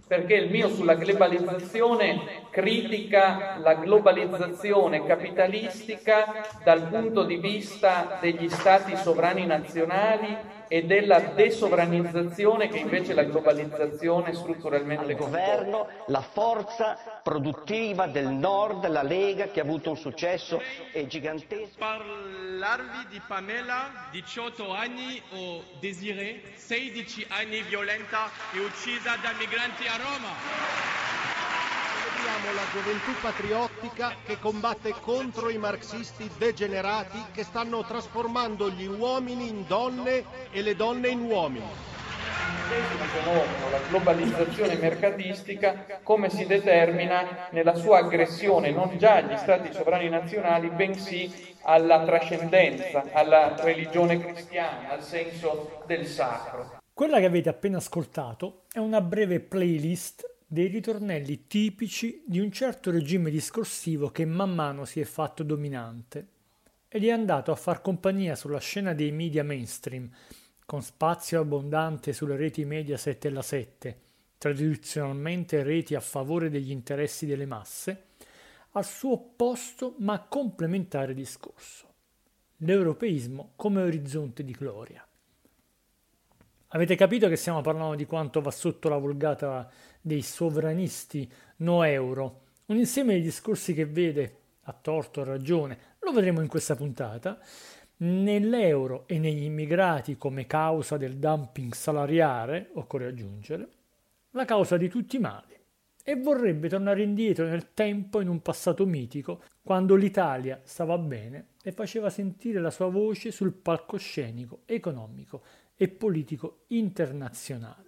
perché il mio sulla globalizzazione critica la globalizzazione capitalistica dal punto di vista degli stati sovrani nazionali e della desovranizzazione che invece la globalizzazione strutturalmente al comporta. governo la forza produttiva del Nord, la Lega, che ha avuto un successo gigantesco. Parlarvi di Pamela, 18 anni, o Desiree, 16 anni, violenta e uccisa da migranti a Roma. Celebriamo la gioventù patriottica che combatte contro i marxisti degenerati che stanno trasformando gli uomini in donne e le donne in uomini. Questo fenomeno, la globalizzazione mercatistica, come si determina nella sua aggressione non già agli stati sovrani nazionali, bensì alla trascendenza, alla religione cristiana, al senso del sacro. Quella che avete appena ascoltato è una breve playlist dei ritornelli tipici di un certo regime discorsivo che man mano si è fatto dominante ed è andato a far compagnia sulla scena dei media mainstream, con spazio abbondante sulle reti Mediaset e la 7, tradizionalmente reti a favore degli interessi delle masse, al suo opposto ma complementare discorso, l'europeismo come orizzonte di gloria. Avete capito che stiamo parlando di quanto va sotto la volgata dei sovranisti no euro, un insieme di discorsi che vede, a torto o a ragione, lo vedremo in questa puntata, nell'euro e negli immigrati come causa del dumping salariale, occorre aggiungere, la causa di tutti i mali, e vorrebbe tornare indietro nel tempo in un passato mitico, quando l'Italia stava bene e faceva sentire la sua voce sul palcoscenico economico e politico internazionale.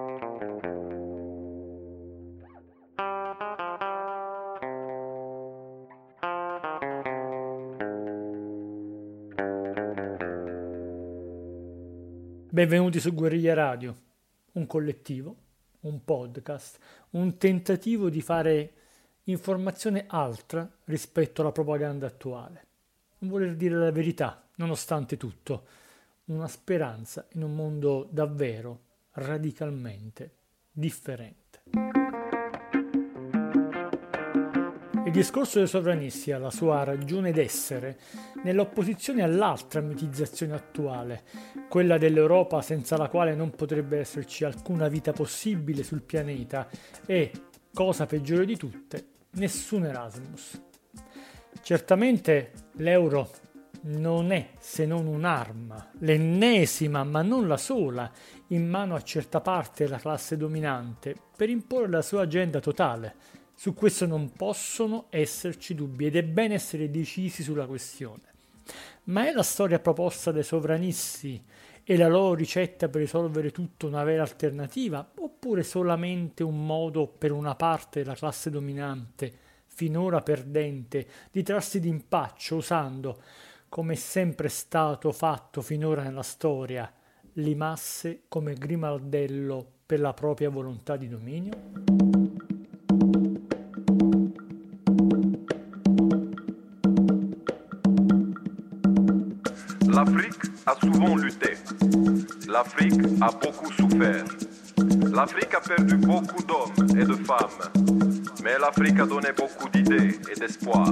Benvenuti su Guerriglia Radio, un collettivo, un podcast, un tentativo di fare informazione altra rispetto alla propaganda attuale. Un voler dire la verità, nonostante tutto, una speranza in un mondo davvero radicalmente differente. Il discorso dei sovranisti ha la sua ragione d'essere nell'opposizione all'altra mitizzazione attuale, quella dell'Europa senza la quale non potrebbe esserci alcuna vita possibile sul pianeta e, cosa peggiore di tutte, nessun Erasmus. Certamente l'euro non è se non un'arma, l'ennesima ma non la sola, in mano a certa parte della classe dominante per imporre la sua agenda totale. Su questo non possono esserci dubbi ed è bene essere decisi sulla questione. Ma è la storia proposta dai sovranisti e la loro ricetta per risolvere tutto una vera alternativa, oppure solamente un modo per una parte della classe dominante, finora perdente, di trarsi d'impaccio usando, come è sempre stato fatto finora nella storia, le masse come grimaldello per la propria volontà di dominio? L'Afrique a souvent lutté. L'Afrique a beaucoup souffert. L'Afrique a perdu beaucoup d'hommes et de femmes. Mais l'Afrique a donné beaucoup d'idées et d'espoir.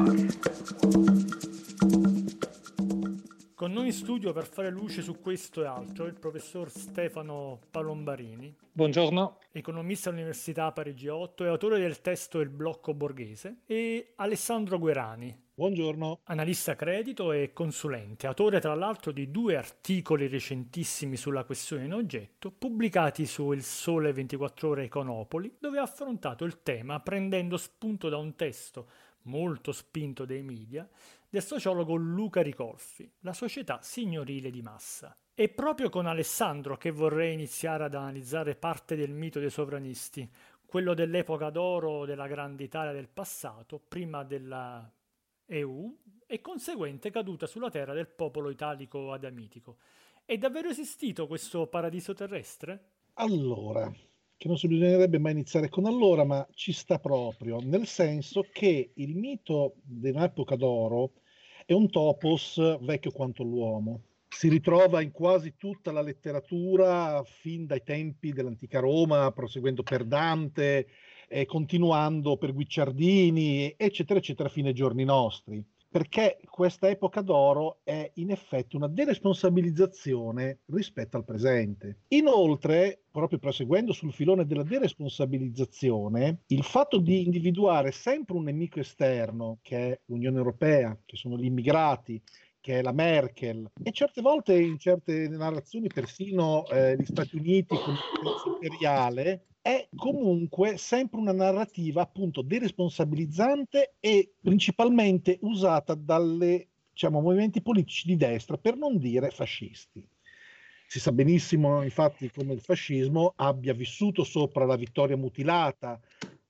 Con noi in studio per fare luce su questo e altro il professor Stefano Palombarini. Buongiorno. Economista all'Università Parigi 8 e autore del testo Il blocco borghese, e Alessandro Guerani. Buongiorno. Analista credito e consulente, autore tra l'altro di 2 articoli recentissimi sulla questione in oggetto, pubblicati su Il Sole 24 Ore Econopoli, dove ha affrontato il tema prendendo spunto da un testo molto spinto dai media del sociologo Luca Ricolfi, La società signorile di massa. È proprio con Alessandro che vorrei iniziare ad analizzare parte del mito dei sovranisti, quello dell'epoca d'oro della grande Italia del passato, prima della EU, e conseguente caduta sulla terra del popolo italico adamitico. È davvero esistito questo paradiso terrestre? Allora, che non si bisognerebbe mai iniziare con allora, ma ci sta proprio, nel senso che il mito di un'epoca d'oro è un topos vecchio quanto l'uomo. si ritrova in quasi tutta la letteratura, fin dai tempi dell'antica Roma, proseguendo per Dante, continuando per Guicciardini, eccetera, eccetera, fino ai giorni nostri. Perché questa epoca d'oro è in effetti una deresponsabilizzazione rispetto al presente. Inoltre, proprio proseguendo sul filone della deresponsabilizzazione, il fatto di individuare sempre un nemico esterno, che è l'Unione Europea, che sono gli immigrati, che è la Merkel, e certe volte in certe narrazioni persino gli Stati Uniti come potenza imperiale, è comunque sempre una narrativa appunto deresponsabilizzante e principalmente usata dalle, diciamo, movimenti politici di destra, per non dire fascisti. Si sa benissimo infatti come il fascismo abbia vissuto sopra la vittoria mutilata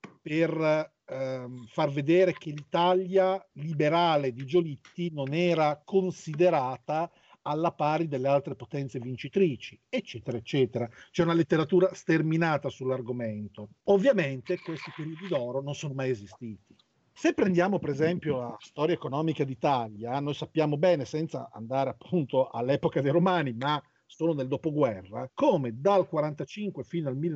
per far vedere che l'Italia liberale di Giolitti non era considerata alla pari delle altre potenze vincitrici, eccetera, eccetera. C'è una letteratura sterminata sull'argomento. Ovviamente questi periodi d'oro non sono mai esistiti. Se prendiamo per esempio la storia economica d'Italia, noi sappiamo bene, senza andare appunto all'epoca dei Romani, ma solo nel dopoguerra, come dal 45 fino al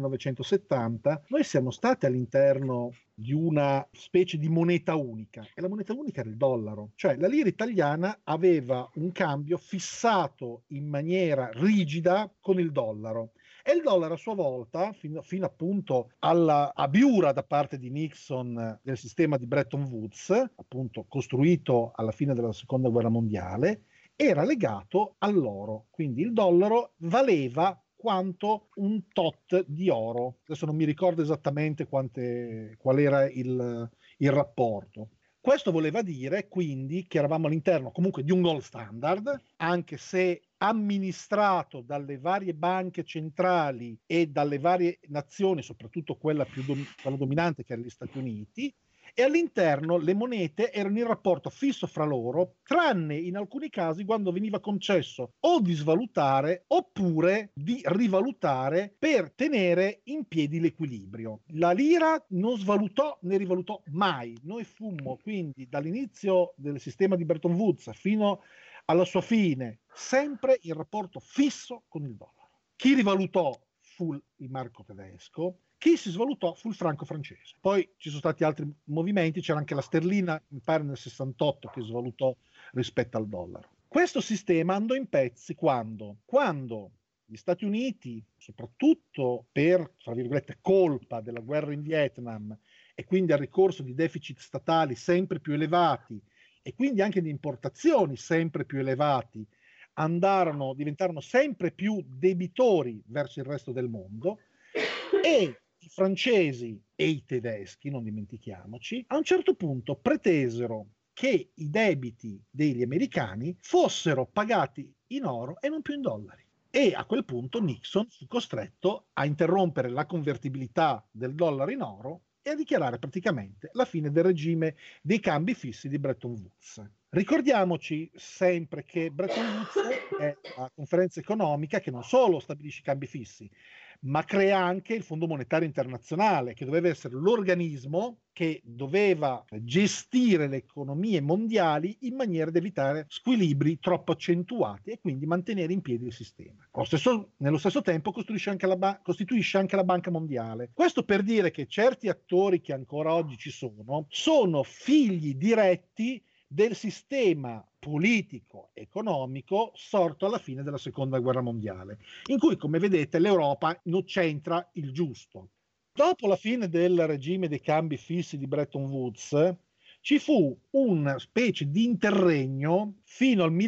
1970 noi siamo stati all'interno di una specie di moneta unica, e la moneta unica era il dollaro, cioè la lira italiana aveva un cambio fissato in maniera rigida con il dollaro. E il dollaro a sua volta, fino appunto alla abiura da parte di Nixon del sistema di Bretton Woods, appunto costruito alla fine della seconda guerra mondiale, era legato all'oro, quindi il dollaro valeva quanto un tot di oro. Adesso non mi ricordo esattamente qual era il rapporto. Questo voleva dire quindi che eravamo all'interno comunque di un gold standard, anche se amministrato dalle varie banche centrali e dalle varie nazioni, soprattutto quella quella dominante che era gli Stati Uniti, e all'interno le monete erano in rapporto fisso fra loro, tranne in alcuni casi quando veniva concesso o di svalutare oppure di rivalutare per tenere in piedi l'equilibrio. La lira non svalutò né rivalutò mai. Noi fummo quindi dall'inizio del sistema di Bretton Woods fino alla sua fine sempre in rapporto fisso con il dollaro. Chi rivalutò fu il marco tedesco, chi si svalutò fu il franco francese. Poi ci sono stati altri movimenti, c'era anche la sterlina, mi pare nel 68, che svalutò rispetto al dollaro. Questo sistema andò in pezzi quando gli Stati Uniti, soprattutto per, tra virgolette, colpa della guerra in Vietnam e quindi al ricorso di deficit statali sempre più elevati e quindi anche di importazioni sempre più elevati, diventarono sempre più debitori verso il resto del mondo, e i francesi e i tedeschi, non dimentichiamoci, a un certo punto pretesero che i debiti degli americani fossero pagati in oro e non più in dollari. E a quel punto Nixon fu costretto a interrompere la convertibilità del dollaro in oro e a dichiarare praticamente la fine del regime dei cambi fissi di Bretton Woods. Ricordiamoci sempre che Bretton Woods è la conferenza economica che non solo stabilisce i cambi fissi, ma crea anche il Fondo Monetario Internazionale, che doveva essere l'organismo che doveva gestire le economie mondiali in maniera da evitare squilibri troppo accentuati e quindi mantenere in piedi il sistema. Nello stesso tempo costituisce anche la Banca Mondiale. Questo per dire che certi attori che ancora oggi ci sono figli diretti del sistema politico economico sorto alla fine della seconda guerra mondiale, in cui, come vedete, l'Europa non c'entra il giusto. Dopo la fine del regime dei cambi fissi di Bretton Woods ci fu una specie di interregno fino al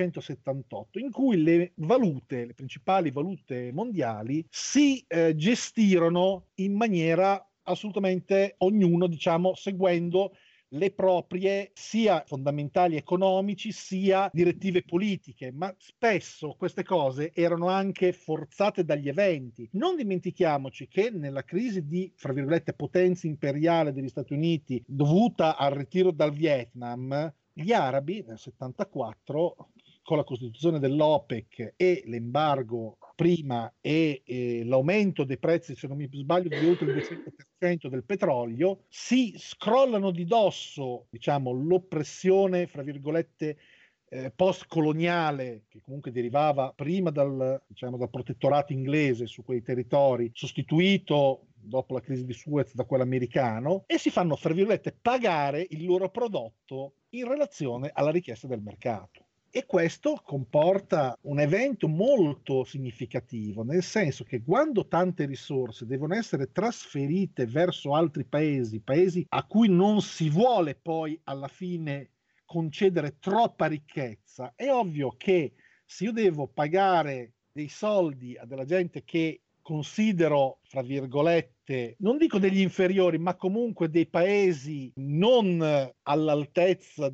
1978 in cui le principali valute mondiali si gestirono in maniera assolutamente ognuno, diciamo, seguendo le proprie sia fondamentali economici sia direttive politiche, ma spesso queste cose erano anche forzate dagli eventi. Non dimentichiamoci che nella crisi di, fra virgolette, potenza imperiale degli Stati Uniti dovuta al ritiro dal Vietnam, gli arabi nel 74, con la costituzione dell'OPEC e l'embargo prima e l'aumento dei prezzi, se non mi sbaglio, di oltre il 200% del petrolio, si scrollano di dosso, diciamo, l'oppressione, fra virgolette, post-coloniale, che comunque derivava prima dal protettorato inglese su quei territori, sostituito dopo la crisi di Suez da quello americano, e si fanno, fra virgolette, pagare il loro prodotto in relazione alla richiesta del mercato. E questo comporta un evento molto significativo, nel senso che quando tante risorse devono essere trasferite verso altri paesi a cui non si vuole poi alla fine concedere troppa ricchezza, è ovvio che se io devo pagare dei soldi a della gente che considero, fra virgolette, non dico degli inferiori, ma comunque dei paesi non all'altezza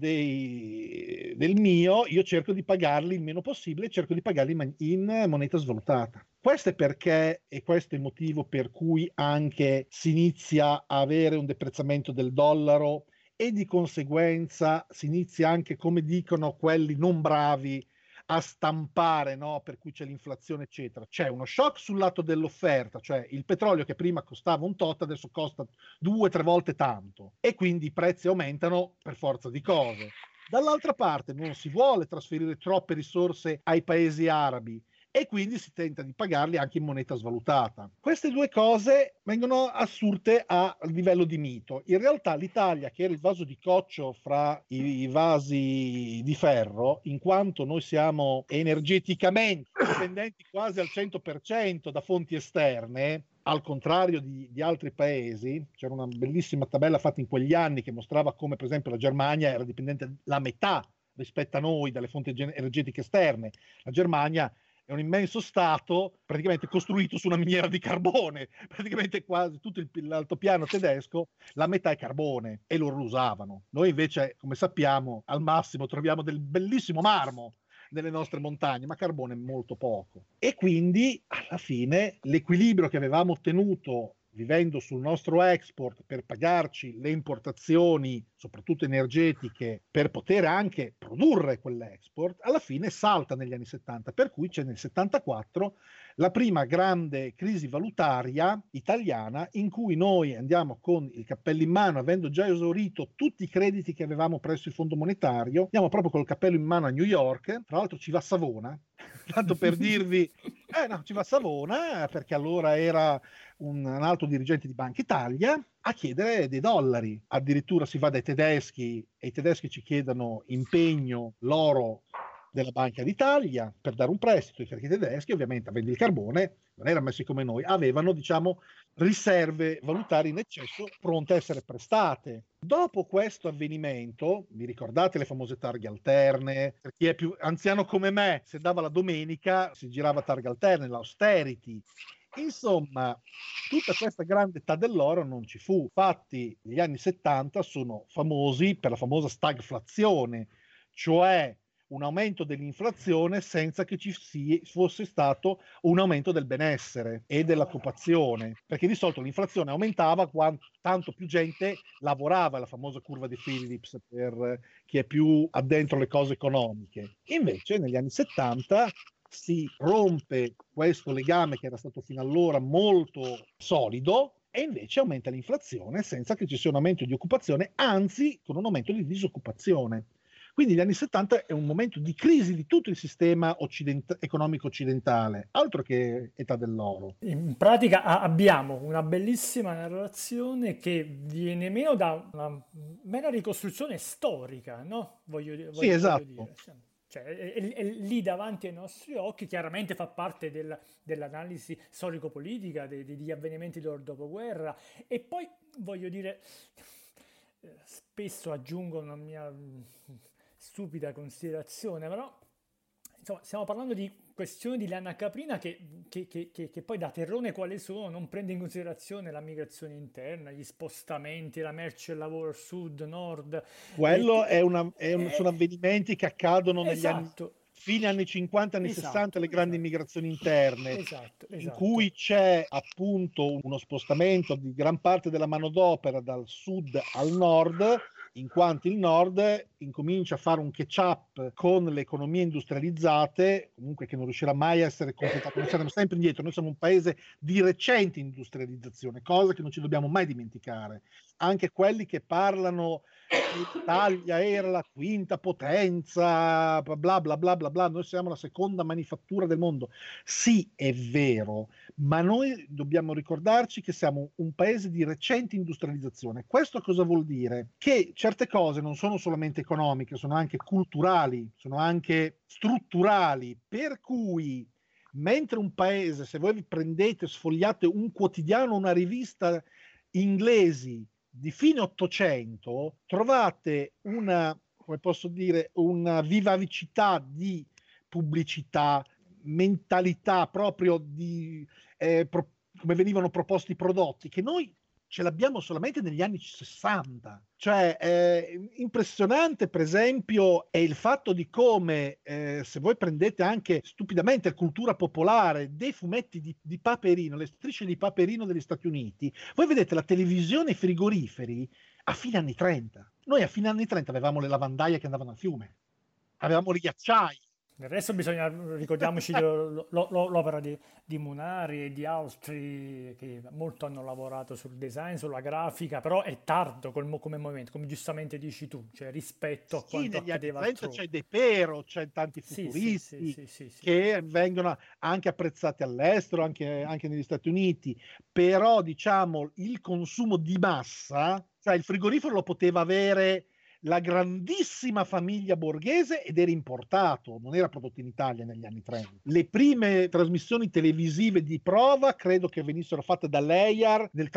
del mio, io cerco di pagarli il meno possibile, cerco di pagarli in moneta svalutata. Questo è perché, e questo è il motivo per cui anche si inizia a avere un deprezzamento del dollaro e di conseguenza si inizia anche, come dicono quelli non bravi, a stampare, no? Per cui c'è l'inflazione, eccetera. C'è uno shock sul lato dell'offerta, cioè il petrolio che prima costava un tot, adesso costa 2-3 volte tanto, e quindi i prezzi aumentano per forza di cose. Dall'altra parte non si vuole trasferire troppe risorse ai paesi arabi, e quindi si tenta di pagarli anche in moneta svalutata. Queste due cose vengono assurte a livello di mito. In realtà l'Italia, che era il vaso di coccio fra i vasi di ferro, in quanto noi siamo energeticamente dipendenti quasi al 100% da fonti esterne, al contrario di altri paesi, c'era una bellissima tabella fatta in quegli anni che mostrava come per esempio la Germania era dipendente la metà rispetto a noi dalle fonti energetiche esterne. La Germania è un immenso stato praticamente costruito su una miniera di carbone, praticamente quasi tutto l'altopiano tedesco, la metà è carbone, e loro lo usavano. Noi invece, come sappiamo, al massimo troviamo del bellissimo marmo nelle nostre montagne, ma carbone molto poco. E quindi alla fine l'equilibrio che avevamo ottenuto vivendo sul nostro export per pagarci le importazioni, soprattutto energetiche, per poter anche produrre quell'export, alla fine salta negli anni 70, per cui c'è nel 74 la prima grande crisi valutaria italiana, in cui noi andiamo con il cappello in mano, avendo già esaurito tutti i crediti che avevamo presso il Fondo Monetario, andiamo proprio col cappello in mano a New York, tra l'altro ci va Savona, tanto per dirvi, no, ci va Savona, perché allora era un alto dirigente di Banca Italia, a chiedere dei dollari. Addirittura si va dai tedeschi, e i tedeschi ci chiedono impegno, l'oro della Banca d'Italia per dare un prestito, perché i tedeschi, ovviamente, avendo il carbone, non erano messi come noi, avevano, diciamo, riserve valutarie in eccesso pronte a essere prestate. Dopo questo avvenimento, vi ricordate le famose targhe alterne? Per chi è più anziano come me, se dava la domenica si girava targhe alterne, l'austerity. Insomma, tutta questa grande età dell'oro non ci fu. Infatti, gli anni 70 sono famosi per la famosa stagflazione, cioè un aumento dell'inflazione senza che ci fosse stato un aumento del benessere e dell'occupazione, perché di solito l'inflazione aumentava quanto tanto più gente lavorava, la famosa curva di Phillips per chi è più addentro le cose economiche. Invece negli anni 70 si rompe questo legame che era stato fino allora molto solido, e invece aumenta l'inflazione senza che ci sia un aumento di occupazione, anzi con un aumento di disoccupazione. Quindi gli anni 70 è un momento di crisi di tutto il sistema economico occidentale, altro che età dell'oro. In pratica abbiamo una bellissima narrazione che viene meno da una mera ricostruzione storica, no? Sì, esatto. Voglio dire. Cioè, è lì davanti ai nostri occhi, chiaramente fa parte dell'analisi storico-politica degli avvenimenti del dopoguerra, e poi voglio dire, spesso aggiungo una mia stupida considerazione, però insomma stiamo parlando di questioni di lana caprina che poi da terrone quale sono non prende in considerazione la migrazione interna, gli spostamenti, la merce e il lavoro sud, nord. Quello sono avvenimenti che accadono negli esatto. anni fine anni 50, anni 60, le grandi migrazioni interne, esatto. in cui c'è appunto uno spostamento di gran parte della manodopera dal sud al nord, in quanto il nord incomincia a fare un catch-up con le economie industrializzate, comunque che non riuscirà mai a essere completato, noi saremo sempre indietro, noi siamo un paese di recente industrializzazione, cosa che non ci dobbiamo mai dimenticare. Anche quelli che parlano l'Italia era la quinta potenza, bla bla bla bla bla, noi siamo la seconda manifattura del mondo. Sì, è vero, ma noi dobbiamo ricordarci che siamo un paese di recente industrializzazione. Questo cosa vuol dire? Che certe cose non sono solamente economiche, sono anche culturali, sono anche strutturali, per cui mentre un paese, se voi vi prendete, sfogliate un quotidiano, una rivista inglesi di fine 800, trovate una, come posso dire, una vivacità di pubblicità, mentalità proprio di come venivano proposti i prodotti, che noi ce l'abbiamo solamente negli anni 60. Cioè, impressionante, per esempio, è il fatto di come, se voi prendete anche stupidamente cultura popolare, dei fumetti di Paperino, le strisce di Paperino degli Stati Uniti, voi vedete la televisione e i frigoriferi a fine anni 30. Noi a fine anni 30 avevamo le lavandaie che andavano al fiume, avevamo gli ghiacciai. Del resto ricordiamoci l'opera di Munari e di altri che molto hanno lavorato sul design, sulla grafica, però è tardo come momento, come giustamente dici tu, cioè rispetto a quanto accadeva altrove. C'è De Pero, c'è tanti futuristi che vengono anche apprezzati all'estero, anche negli Stati Uniti, però diciamo il consumo di massa, cioè il frigorifero lo poteva avere la grandissima famiglia borghese ed era importato, non era prodotto in Italia negli anni 30. Le prime trasmissioni televisive di prova credo che venissero fatte dall'EIAR nel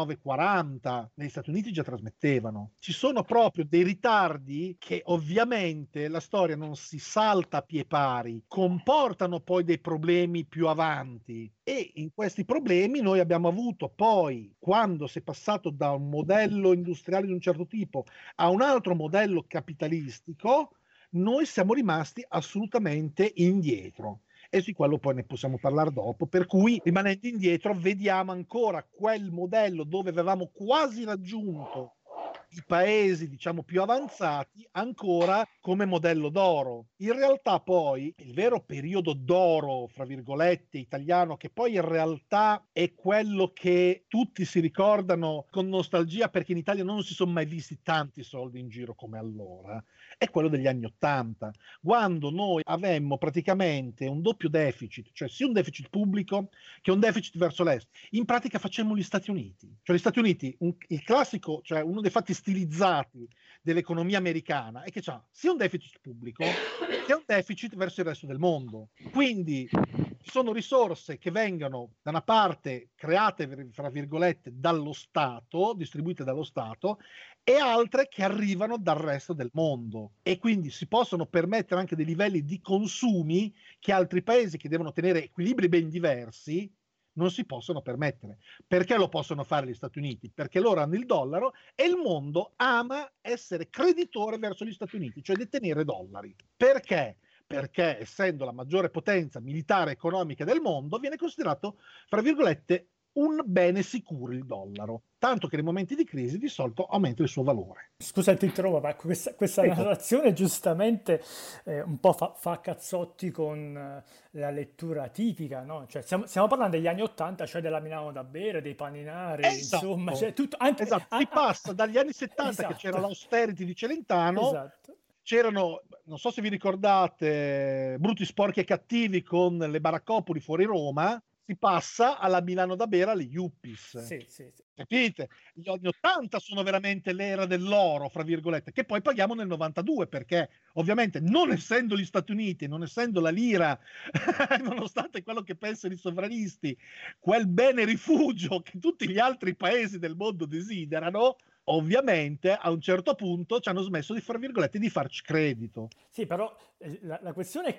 39-40, negli Stati Uniti già trasmettevano. Ci sono proprio dei ritardi che ovviamente la storia non si salta a pie pari, comportano poi dei problemi più avanti. E in questi problemi noi abbiamo avuto poi, quando si è passato da un modello industriale di un certo tipo a un altro modello capitalistico, noi siamo rimasti assolutamente indietro. E su quello poi ne possiamo parlare dopo, per cui rimanendo indietro vediamo ancora quel modello dove avevamo quasi raggiunto i paesi diciamo più avanzati ancora come modello d'oro. In realtà poi il vero periodo d'oro fra virgolette italiano, che poi in realtà è quello che tutti si ricordano con nostalgia perché in Italia non si sono mai visti tanti soldi in giro come allora, è quello degli anni '80, quando noi avemmo praticamente un doppio deficit, cioè sia un deficit pubblico che un deficit verso l'est. In pratica facemmo gli Stati Uniti, cioè gli Stati Uniti, il classico, cioè uno dei fatti stilizzati dell'economia americana è che c'ha sia un deficit pubblico sia un deficit verso il resto del mondo. Quindi ci sono risorse che vengono da una parte create fra virgolette dallo Stato, distribuite dallo Stato, e altre che arrivano dal resto del mondo, e quindi si possono permettere anche dei livelli di consumi che altri paesi che devono tenere equilibri ben diversi non si possono permettere. Perché lo possono fare gli Stati Uniti? Perché loro hanno il dollaro e il mondo ama essere creditore verso gli Stati Uniti, cioè detenere dollari. Perché? Perché essendo la maggiore potenza militare e economica del mondo viene considerato, fra virgolette, un bene sicuro il dollaro, tanto che nei momenti di crisi di solito aumenta il suo valore. Scusa, ti interrompo, ma questa narrazione giustamente un po' fa cazzotti con la lettura tipica, no? Cioè, stiamo parlando degli anni '80, cioè della Milano da bere, dei paninari, esatto. Insomma, cioè tutto, anche, esatto. Si passa dagli anni '70 esatto. Che c'era l'austerity di Celentano, esatto. C'erano, non so se vi ricordate, Brutti, Sporchi e Cattivi con le baraccopoli fuori Roma, si passa alla Milano da bere alle Yuppies. Sì. Capite? Gli anni '80 sono veramente l'era dell'oro, fra virgolette, che poi paghiamo nel '92, perché ovviamente non essendo gli Stati Uniti, non essendo la lira, nonostante quello che pensano i sovranisti, quel bene rifugio che tutti gli altri paesi del mondo desiderano, ovviamente a un certo punto ci hanno smesso di, fra virgolette, di farci credito. Sì, però la questione è che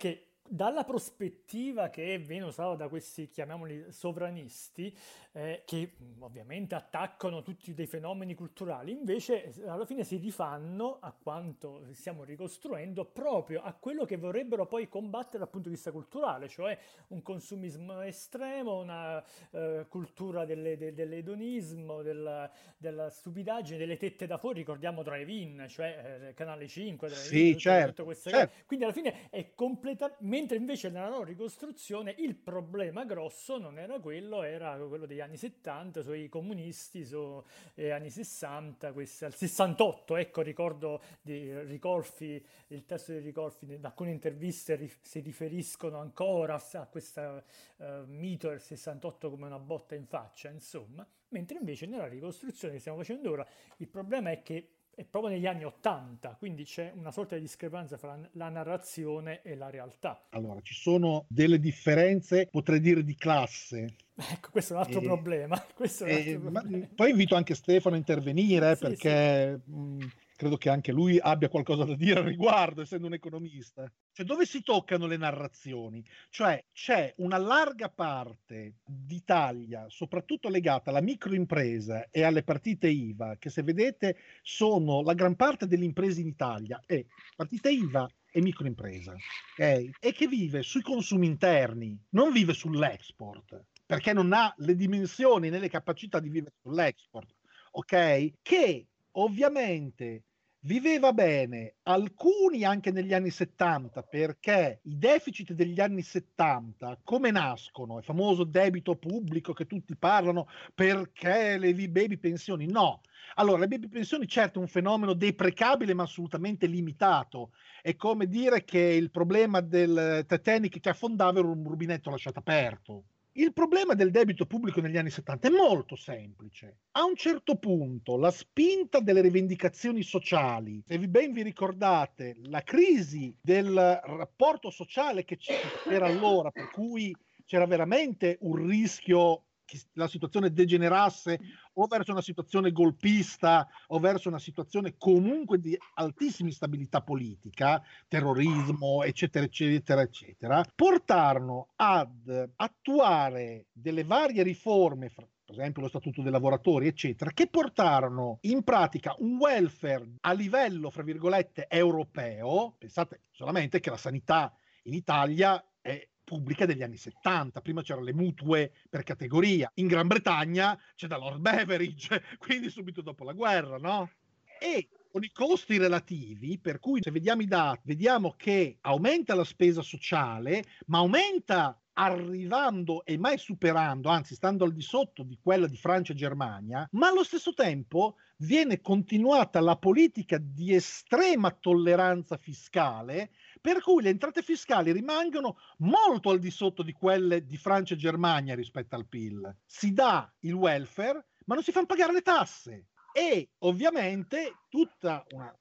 dalla prospettiva che viene usata da questi, chiamiamoli sovranisti, che ovviamente attaccano tutti dei fenomeni culturali, invece alla fine si rifanno, a quanto stiamo ricostruendo, proprio a quello che vorrebbero poi combattere dal punto di vista culturale, cioè un consumismo estremo, una cultura dell'edonismo, della stupidaggine, delle tette da fuori, ricordiamo Drive-In, cioè Canale 5, Drive-In, Sì, tutte certo, queste cose. certo. Quindi alla fine è completamente... Mentre invece nella loro ricostruzione il problema grosso non era quello, era quello degli anni 70, sui comunisti, anni 60, al 68, ecco, ricordo di Ricolfi, il testo di Ricolfi, in alcune interviste si riferiscono ancora a questo mito del 68 come una botta in faccia, insomma, mentre invece nella ricostruzione che stiamo facendo ora il problema è che è proprio negli anni 80, quindi c'è una sorta di discrepanza fra la narrazione e la realtà. Allora, ci sono delle differenze, potrei dire di classe. Ecco, questo è un altro problema. Questo è un altro problema. Poi invito anche Stefano a intervenire, Sì, perché credo che anche lui abbia qualcosa da dire al riguardo, essendo un economista. Cioè, dove si toccano le narrazioni? Cioè, c'è una larga parte d'Italia, soprattutto legata alla microimpresa e alle partite IVA, che se vedete sono la gran parte delle imprese in Italia, e partite IVA e microimpresa, okay? E che vive sui consumi interni, non vive sull'export, perché non ha le dimensioni né le capacità di vivere sull'export, ok? Che ovviamente viveva bene, alcuni anche negli anni 70, perché i deficit degli anni 70, come nascono? Il famoso debito pubblico che tutti parlano, perché le baby pensioni? No. Allora, le baby pensioni, certo, è un fenomeno deprecabile ma assolutamente limitato. È come dire che il problema del Titanic che affondava era un rubinetto lasciato aperto. Il problema del debito pubblico negli anni 70 è molto semplice. A un certo punto la spinta delle rivendicazioni sociali, se ben vi ricordate, la crisi del rapporto sociale che c'era allora, per cui c'era veramente un rischio che la situazione degenerasse o verso una situazione golpista o verso una situazione comunque di altissima instabilità politica, terrorismo, eccetera, eccetera, eccetera, portarono ad attuare delle varie riforme, per esempio lo Statuto dei lavoratori, eccetera, che portarono in pratica un welfare a livello, fra virgolette, europeo. Pensate solamente che la sanità in Italia è pubblica degli anni 70, prima c'erano le mutue per categoria, in Gran Bretagna c'è da Lord Beveridge, quindi subito dopo la guerra, no? E con i costi relativi, per cui se vediamo i dati, vediamo che aumenta la spesa sociale, ma aumenta arrivando e mai superando, anzi stando al di sotto di quella di Francia e Germania, ma allo stesso tempo viene continuata la politica di estrema tolleranza fiscale, per cui le entrate fiscali rimangono molto al di sotto di quelle di Francia e Germania rispetto al PIL. Si dà il welfare, ma non si fanno pagare le tasse. E ovviamente tutta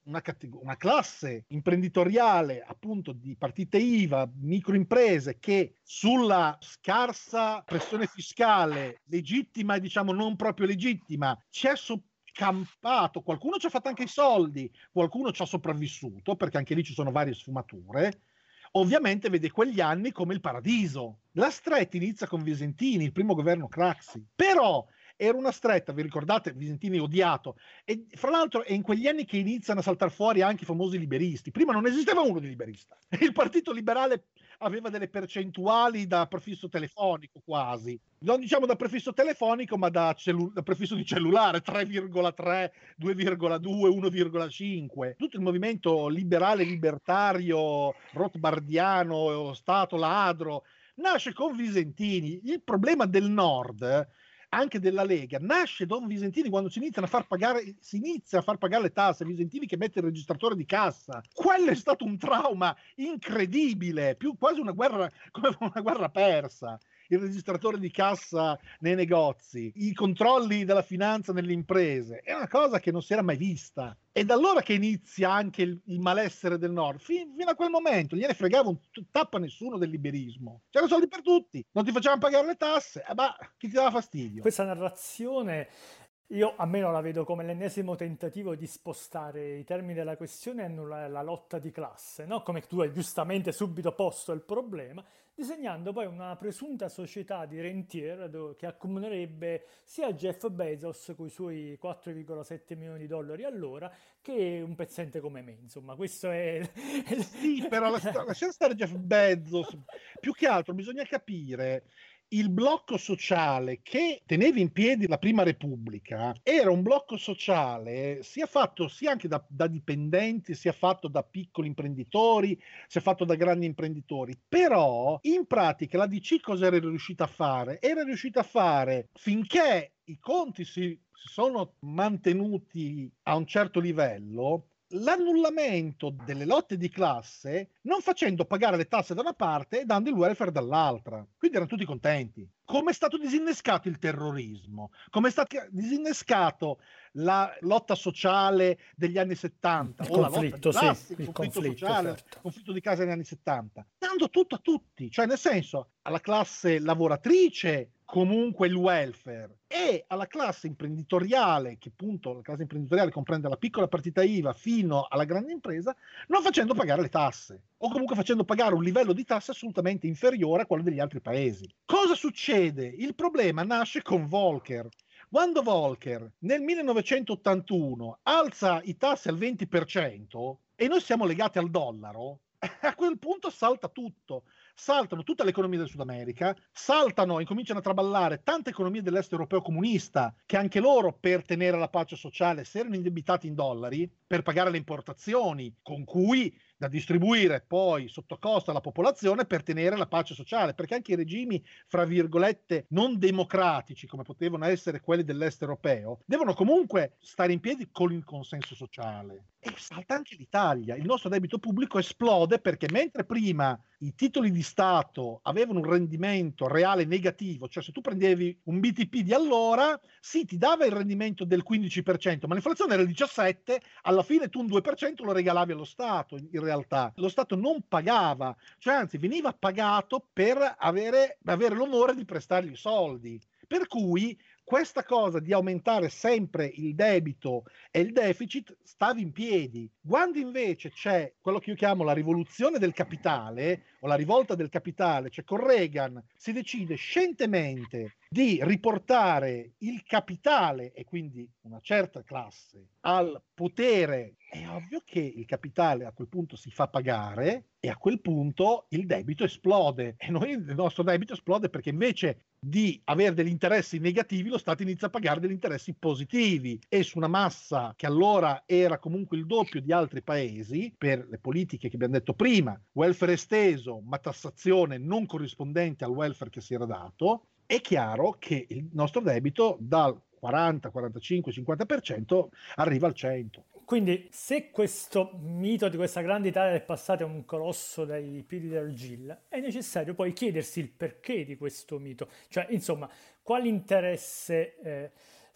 una classe imprenditoriale, appunto, di partite IVA, microimprese, che sulla scarsa pressione fiscale, legittima e diciamo non proprio legittima, ci è campato, qualcuno ci ha fatto anche i soldi, qualcuno ci ha sopravvissuto, perché anche lì ci sono varie sfumature. Ovviamente vede quegli anni come il paradiso. La stretta inizia con Visentini, il primo governo Craxi, però era una stretta, vi ricordate, Visentini odiato, e fra l'altro è in quegli anni che iniziano a saltare fuori anche i famosi liberisti. Prima non esisteva uno di liberista, il Partito Liberale aveva delle percentuali da prefisso telefonico quasi, non diciamo da prefisso telefonico ma da prefisso di cellulare, 3,3, 2,2, 1,5. Tutto il movimento liberale, libertario, rothbardiano, stato ladro, nasce con Visentini. Il problema del nord, anche della Lega, nasce Don Visentini quando si inizia a far pagare le tasse. Visentini che mette il registratore di cassa. Quello è stato un trauma incredibile, più quasi una guerra, come una guerra persa. Il registratore di cassa nei negozi, i controlli della finanza nelle imprese, è una cosa che non si era mai vista. È da allora che inizia anche il malessere del nord. Fino a quel momento gliene fregava un tappa nessuno del liberismo. C'erano soldi per tutti, non ti facevano pagare le tasse, ma chi ti dava fastidio? Questa narrazione Io almeno la vedo come l'ennesimo tentativo di spostare i termini della questione e annullare la lotta di classe, no? Come tu hai giustamente subito posto il problema, disegnando poi una presunta società di rentier che accomunerebbe sia Jeff Bezos con i suoi 4,7 milioni di dollari all'ora che un pezzente come me, insomma, questo è... Sì, però lasciamo stare Jeff Bezos. Più che altro bisogna capire il blocco sociale che teneva in piedi la Prima Repubblica era un blocco sociale sia fatto sia anche da dipendenti, sia fatto da piccoli imprenditori, sia fatto da grandi imprenditori. Però in pratica la DC cosa era riuscita a fare? Era riuscita a fare finché i conti si sono mantenuti a un certo livello, l'annullamento delle lotte di classe, non facendo pagare le tasse da una parte e dando il welfare dall'altra. Quindi erano tutti contenti. Come è stato disinnescato il terrorismo? Come è stato disinnescato la lotta sociale degli anni 70? Il o la conflitto, lotta di classe, sì, il conflitto conflitto, sociale, certo. il conflitto di casa negli anni 70? Dando tutto a tutti. Cioè, nel senso, alla classe lavoratrice comunque il welfare e alla classe imprenditoriale, che appunto la classe imprenditoriale comprende la piccola partita IVA fino alla grande impresa, non facendo pagare le tasse o comunque facendo pagare un livello di tasse assolutamente inferiore a quello degli altri paesi. Cosa succede? Il problema nasce con Volcker. Quando Volcker nel 1981 alza i tassi al 20% e noi siamo legati al dollaro, a quel punto salta tutto. Saltano tutte le economie del Sud America, saltano e cominciano a traballare tante economie dell'est europeo comunista che anche loro per tenere la pace sociale si erano indebitati in dollari per pagare le importazioni con cui da distribuire poi sotto costo alla popolazione per tenere la pace sociale, perché anche i regimi fra virgolette non democratici come potevano essere quelli dell'est europeo devono comunque stare in piedi con il consenso sociale. E salta anche l'Italia, il nostro debito pubblico esplode perché mentre prima i titoli di Stato avevano un rendimento reale negativo, cioè se tu prendevi un BTP di allora, sì, ti dava il rendimento del 15%, ma l'inflazione era il 17%, alla fine tu un 2% lo regalavi allo Stato, in realtà. Lo Stato non pagava, cioè anzi veniva pagato per avere l'onore di prestargli i soldi. Per cui questa cosa di aumentare sempre il debito e il deficit stava in piedi. Quando invece c'è quello che io chiamo la rivoluzione del capitale o la rivolta del capitale, cioè con Reagan si decide scientemente di riportare il capitale e quindi una certa classe al potere, è ovvio che il capitale a quel punto si fa pagare e a quel punto il debito esplode e il nostro debito esplode perché invece di avere degli interessi negativi lo Stato inizia a pagare degli interessi positivi e su una massa che allora era comunque il doppio di altri paesi per le politiche che abbiamo detto prima, welfare esteso ma tassazione non corrispondente al welfare che si era dato, è chiaro che il nostro debito dal 40, 45, 50% arriva al 100%. Quindi se questo mito di questa grande Italia del passato è un colosso dai piedi d'argilla, è necessario poi chiedersi il perché di questo mito. Cioè, insomma, quale interesse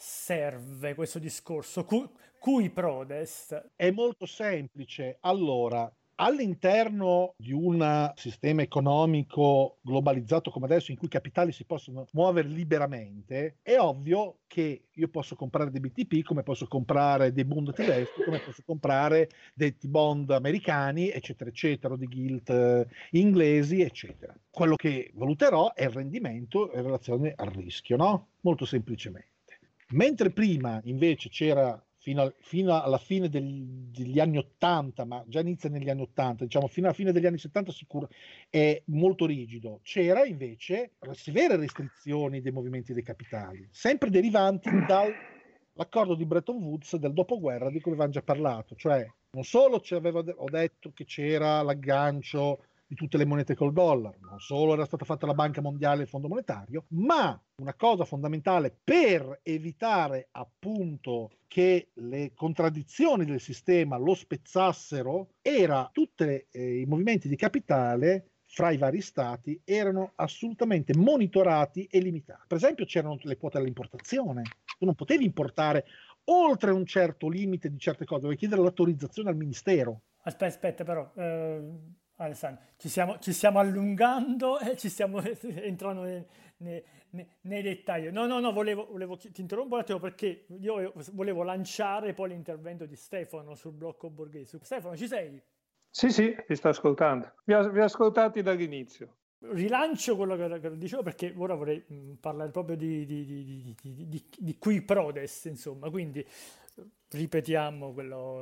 serve questo discorso? Cui prodest? È molto semplice. Allora, all'interno di un sistema economico globalizzato come adesso, in cui i capitali si possono muovere liberamente, è ovvio che io posso comprare dei BTP, come posso comprare dei bond tedeschi, come posso comprare dei T-bond americani, eccetera, eccetera, o di gilt inglesi, eccetera. Quello che valuterò è il rendimento in relazione al rischio, no? Molto semplicemente. Mentre prima invece c'era fino alla fine degli anni 80, ma già inizia negli anni 80, diciamo fino alla fine degli anni 70 sicuro, è molto rigido. C'era invece severe restrizioni dei movimenti dei capitali, sempre derivanti dall'accordo di Bretton Woods del dopoguerra di cui avevamo già parlato, cioè non solo ho detto che c'era l'aggancio di tutte le monete col dollaro, non solo era stata fatta la Banca Mondiale e il Fondo Monetario, ma una cosa fondamentale per evitare appunto che le contraddizioni del sistema lo spezzassero era tutti i movimenti di capitale fra i vari stati erano assolutamente monitorati e limitati. Per esempio c'erano le quote all'importazione, tu non potevi importare oltre un certo limite di certe cose, dovevi chiedere l'autorizzazione al ministero. Aspetta però, Alessandro, ci stiamo allungando e ci stiamo entrando nei dettagli. No, ti interrompo un attimo perché io volevo lanciare poi l'intervento di Stefano sul blocco borghese. Stefano, ci sei? Sì, vi sto ascoltando. Vi ho ascoltati dall'inizio. Rilancio quello che dicevo perché ora vorrei parlare proprio di qui prodest, insomma, quindi ripetiamo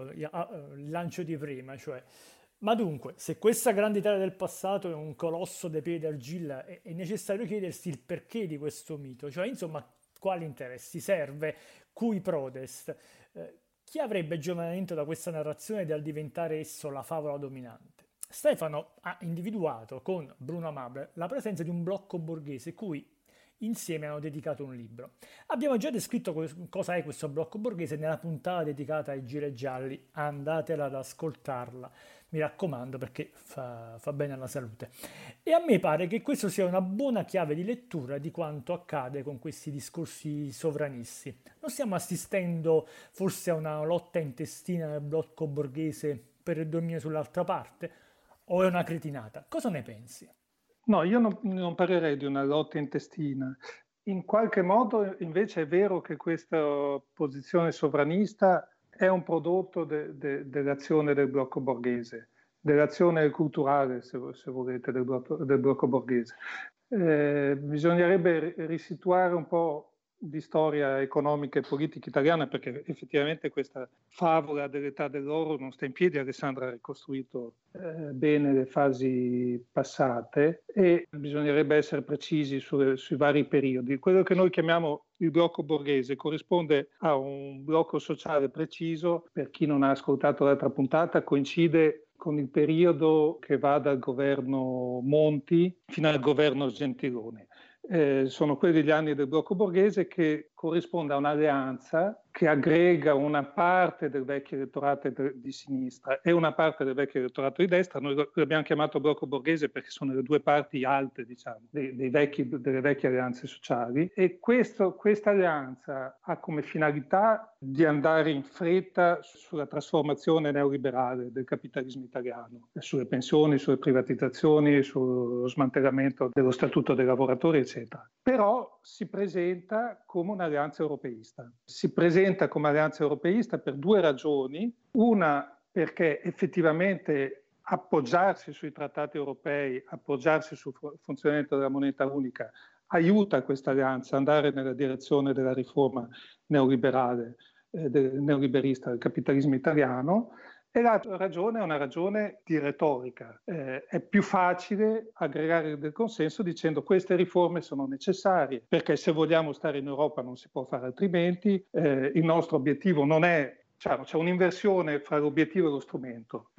il lancio di prima, cioè, ma dunque, se questa grande Italia del passato è un colosso dei piedi d'argilla, è necessario chiedersi il perché di questo mito, cioè, insomma, quali interessi serve, cui prodest, chi avrebbe giovamento da questa narrazione dal diventare esso la favola dominante? Stefano ha individuato con Bruno Amabile la presenza di un blocco borghese cui insieme hanno dedicato un libro. Abbiamo già descritto cosa è questo blocco borghese nella puntata dedicata ai gilet gialli, andatela ad ascoltarla, mi raccomando perché fa bene alla salute. E a me pare che questo sia una buona chiave di lettura di quanto accade con questi discorsi sovranisti. Non stiamo assistendo forse a una lotta intestina nel blocco borghese per dormire sull'altra parte? O è una cretinata? Cosa ne pensi? No, io non parlerei di una lotta intestina. In qualche modo invece è vero che questa posizione sovranista è un prodotto dell'azione del blocco borghese, dell'azione culturale, se volete, del blocco borghese. Bisognerebbe risituare un po' di storia economica e politica italiana, perché effettivamente questa favola dell'età dell'oro non sta in piedi. Alessandra ha ricostruito bene le fasi passate e bisognerebbe essere precisi sui vari periodi. Quello che noi chiamiamo il blocco borghese corrisponde a un blocco sociale preciso. Per chi non ha ascoltato l'altra puntata, coincide con il periodo che va dal governo Monti fino al governo Gentiloni. Sono quelli gli anni del blocco borghese, che corrisponde a un'alleanza che aggrega una parte del vecchio elettorato di sinistra e una parte del vecchio elettorato di destra. Noi l'abbiamo chiamato blocco borghese perché sono le due parti alte, diciamo, delle vecchie alleanze sociali, e questa alleanza ha come finalità di andare in fretta sulla trasformazione neoliberale del capitalismo italiano, sulle pensioni, sulle privatizzazioni, sullo smantellamento dello statuto dei lavoratori, eccetera. Però si presenta come un'alleanza europeista. Si presenta come alleanza europeista per due ragioni. Una, perché effettivamente appoggiarsi sui trattati europei, appoggiarsi sul funzionamento della moneta unica, aiuta questa alleanza ad andare nella direzione della riforma neoliberista del capitalismo italiano. E l'altra ragione è una ragione di retorica. È più facile aggregare del consenso dicendo queste riforme sono necessarie, perché se vogliamo stare in Europa non si può fare altrimenti. Il nostro obiettivo non è, c'è un'inversione fra l'obiettivo e lo strumento.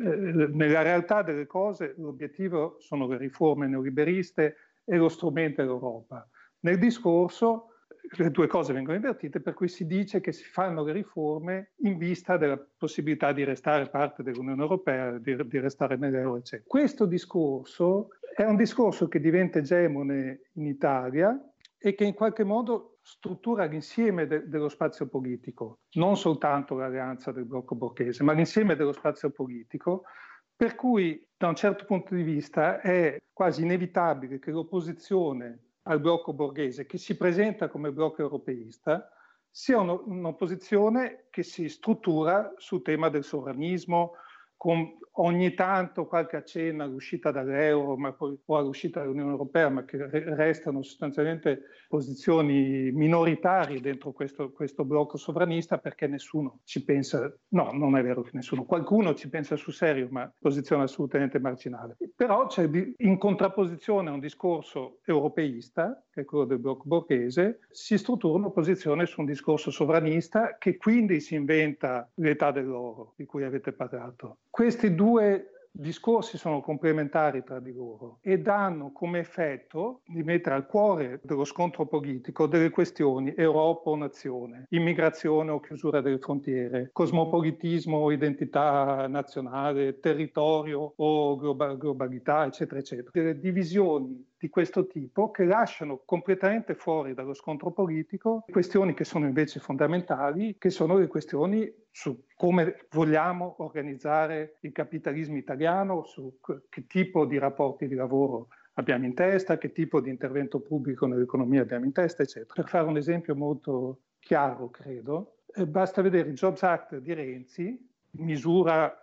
Nella realtà delle cose l'obiettivo sono le riforme neoliberiste e lo strumento è l'Europa. Nel discorso le due cose vengono invertite, per cui si dice che si fanno le riforme in vista della possibilità di restare parte dell'Unione Europea, di restare nell'euro, eccetera. Questo discorso è un discorso che diventa egemone in Italia e che in qualche modo struttura l'insieme dello spazio politico, non soltanto l'alleanza del blocco borghese, ma l'insieme dello spazio politico, per cui da un certo punto di vista è quasi inevitabile che l'opposizione al blocco borghese, che si presenta come blocco europeista, sia un'opposizione che si struttura sul tema del sovranismo, con ogni tanto qualche accenno all'uscita dall'euro o all'uscita dall'Unione Europea, ma che restano sostanzialmente posizioni minoritarie dentro questo blocco sovranista, perché nessuno ci pensa. No, non è vero che nessuno, qualcuno ci pensa sul serio, ma posizione assolutamente marginale. Però c'è in contrapposizione a un discorso europeista, che è quello del blocco borghese, si struttura un'opposizione su un discorso sovranista, che quindi si inventa l'età dell'oro di cui avete parlato. Questi due discorsi sono complementari tra di loro ed hanno come effetto di mettere al cuore dello scontro politico delle questioni Europa o nazione, immigrazione o chiusura delle frontiere, cosmopolitismo o identità nazionale, territorio o globalità, eccetera, eccetera. Delle divisioni di questo tipo che lasciano completamente fuori dallo scontro politico questioni che sono invece fondamentali, che sono le questioni su come vogliamo organizzare il capitalismo italiano, su che tipo di rapporti di lavoro abbiamo in testa, che tipo di intervento pubblico nell'economia abbiamo in testa, eccetera. Per fare un esempio molto chiaro, credo, basta vedere il Jobs Act di Renzi, misura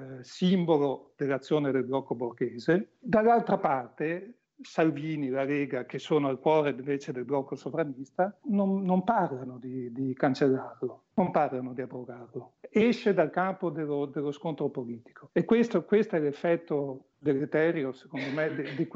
simbolo dell'azione del blocco borghese. Dall'altra parte Salvini, la Lega, che sono al cuore invece del blocco sovranista, non parlano di cancellarlo, non parlano di abrogarlo. Esce dal campo dello scontro politico. E questo è l'effetto deleterio, secondo me, di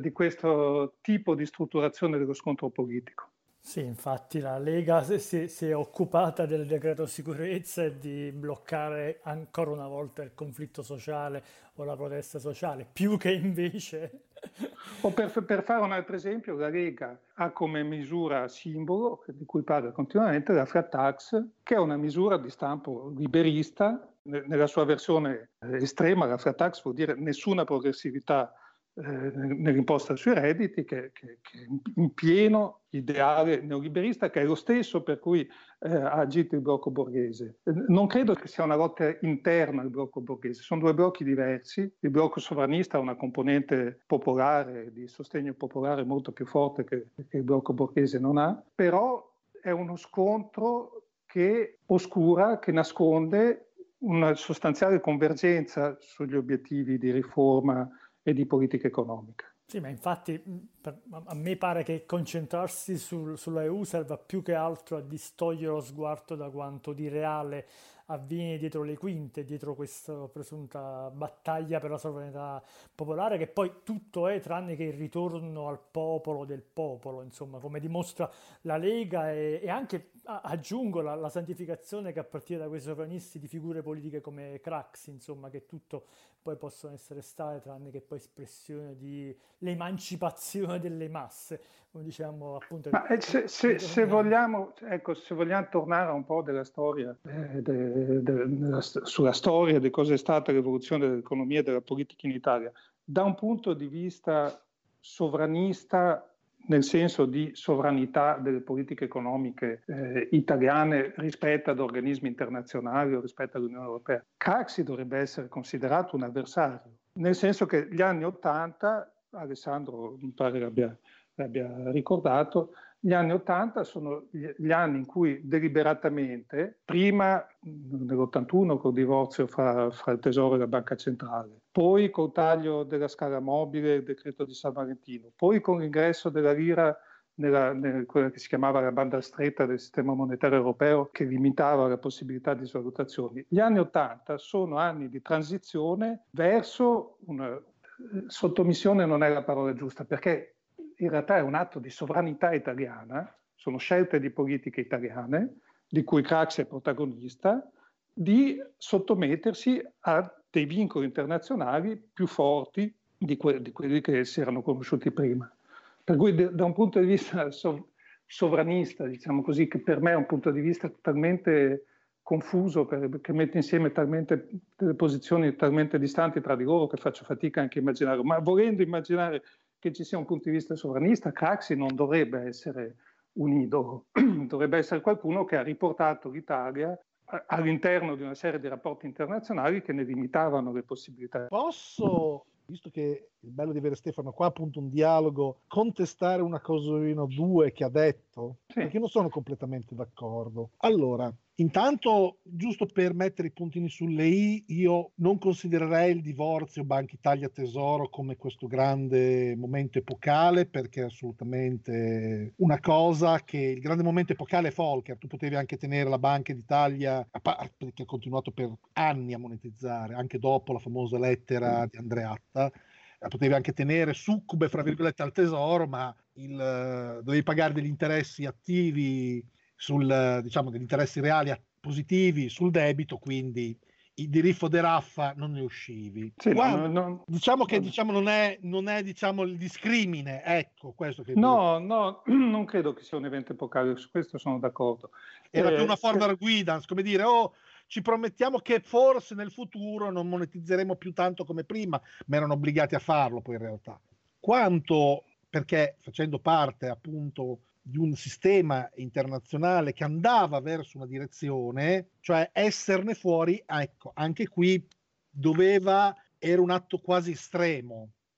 questo tipo di strutturazione dello scontro politico. Sì, infatti la Lega si è occupata del decreto sicurezza e di bloccare ancora una volta il conflitto sociale o la protesta sociale, più che invece... O per fare un altro esempio, la Lega ha come misura simbolo, di cui parla continuamente, la flat tax, che è una misura di stampo liberista. Nella sua versione estrema, la flat tax vuol dire nessuna progressività nell'imposta sui redditi, che è in pieno ideale neoliberista, che è lo stesso per cui ha agito il blocco borghese. Non credo che sia una lotta interna al blocco borghese, sono due blocchi diversi. Il blocco sovranista ha una componente popolare, di sostegno popolare molto più forte che il blocco borghese non ha, però è uno scontro che oscura, che nasconde una sostanziale convergenza sugli obiettivi di riforma e di politica economica. Sì, ma infatti a me pare che concentrarsi sulla EU serva più che altro a distogliere lo sguardo da quanto di reale avviene dietro le quinte, dietro questa presunta battaglia per la sovranità popolare, che poi tutto è tranne che il ritorno al popolo del popolo, insomma, come dimostra la Lega e anche, aggiungo, la santificazione che a partire da questi sovranisti di figure politiche come Craxi, insomma, che tutto poi possono essere state tranne che poi espressione di l'emancipazione delle masse, come diciamo appunto. Ma se vogliamo tornare un po' della storia, sulla storia di cosa è stata l'evoluzione dell'economia e della politica in Italia, da un punto di vista sovranista, nel senso di sovranità delle politiche economiche italiane rispetto ad organismi internazionali o rispetto all'Unione Europea, Craxi dovrebbe essere considerato un avversario, nel senso che gli anni *80, Alessandro mi pare l'abbia ricordato, gli anni '80 sono gli anni in cui deliberatamente, prima nell'81 col divorzio fra il Tesoro e la Banca Centrale, poi col taglio della scala mobile, il decreto di San Valentino, poi con l'ingresso della lira nella quella che si chiamava la banda stretta del sistema monetario europeo, che limitava la possibilità di svalutazioni. Gli anni '80 sono anni di transizione verso una sottomissione, non è la parola giusta, perché in realtà è un atto di sovranità italiana, sono scelte di politiche italiane, di cui Craxi è protagonista, di sottomettersi a dei vincoli internazionali più forti di quelli che si erano conosciuti prima. Per cui da un punto di vista sovranista, diciamo così, che per me è un punto di vista talmente confuso, che mette insieme talmente delle posizioni talmente distanti tra di loro che faccio fatica anche a immaginarlo, ma volendo immaginare che ci sia un punto di vista sovranista, Craxi non dovrebbe essere un idolo, dovrebbe essere qualcuno che ha riportato l'Italia all'interno di una serie di rapporti internazionali che ne limitavano le possibilità. Posso, visto che il bello di avere Stefano qua, appunto un dialogo, contestare una cosina o due che ha detto? Sì. Perché non sono completamente d'accordo. Allora, intanto, giusto per mettere i puntini sulle i, io non considererei il divorzio Banca Italia Tesoro come questo grande momento epocale, perché è assolutamente una cosa che il grande momento epocale è Volcker. Tu potevi anche tenere la Banca d'Italia, a parte che ha continuato per anni a monetizzare, anche dopo la famosa lettera di Andreatta, la potevi anche tenere succube, fra virgolette, al tesoro, ma dovevi pagare degli interessi attivi diciamo degli interessi reali positivi sul debito, quindi di riffo de raffa non ne uscivi. Sì, diciamo che non è diciamo il discrimine, ecco questo che no, non credo che sia un evento epocale, su questo sono d'accordo. Era più una forward guidance, come dire, ci promettiamo che forse nel futuro non monetizzeremo più tanto come prima, ma erano obbligati a farlo poi in realtà. Quanto perché facendo parte appunto di un sistema internazionale che andava verso una direzione, cioè esserne fuori, ecco, anche qui era un atto quasi estremo,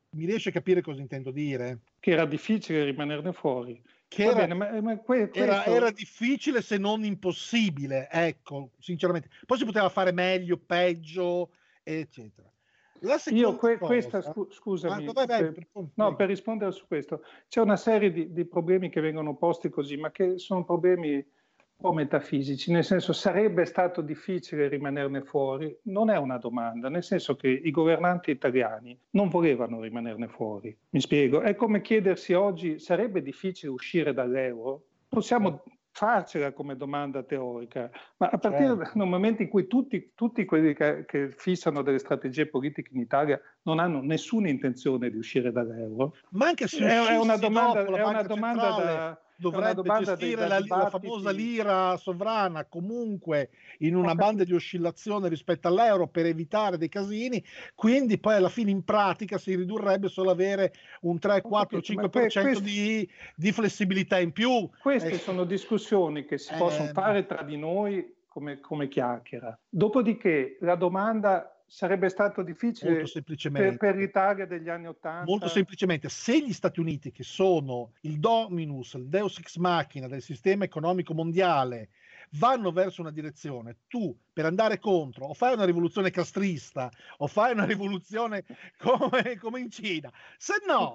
Mi riesce a capire cosa intendo dire? Che era difficile rimanerne fuori. Che Va era, bene, ma questo... era difficile se non impossibile, ecco, sinceramente. Poi si poteva fare meglio, peggio, eccetera. La seconda questa, cosa... scusami, vai. per rispondere su questo, c'è una serie di problemi che vengono posti così, ma che sono problemi un po' metafisici, nel senso sarebbe stato difficile rimanerne fuori, non è una domanda, nel senso che i governanti italiani non volevano rimanerne fuori, mi spiego, è come chiedersi oggi sarebbe difficile uscire dall'euro? Possiamo farcela come domanda teorica, ma a partire dal momento in cui tutti quelli che fissano delle strategie politiche in Italia non hanno nessuna intenzione di uscire dall'euro, ma anche se è una domanda, dopo, la Banca Centrale dovrebbe gestire la famosa lira sovrana comunque in una banda di oscillazione rispetto all'euro per evitare dei casini, quindi poi alla fine in pratica si ridurrebbe solo avere un 3, 4, 5% di flessibilità in più. Queste sono discussioni che si possono fare tra di noi come chiacchiera. Dopodiché la domanda sarebbe stato difficile per l'Italia degli anni '80. Molto semplicemente, se gli Stati Uniti, che sono il dominus, il deus ex machina del sistema economico mondiale, vanno verso una direzione, tu per andare contro o fai una rivoluzione castrista o fai una rivoluzione come in Cina, se no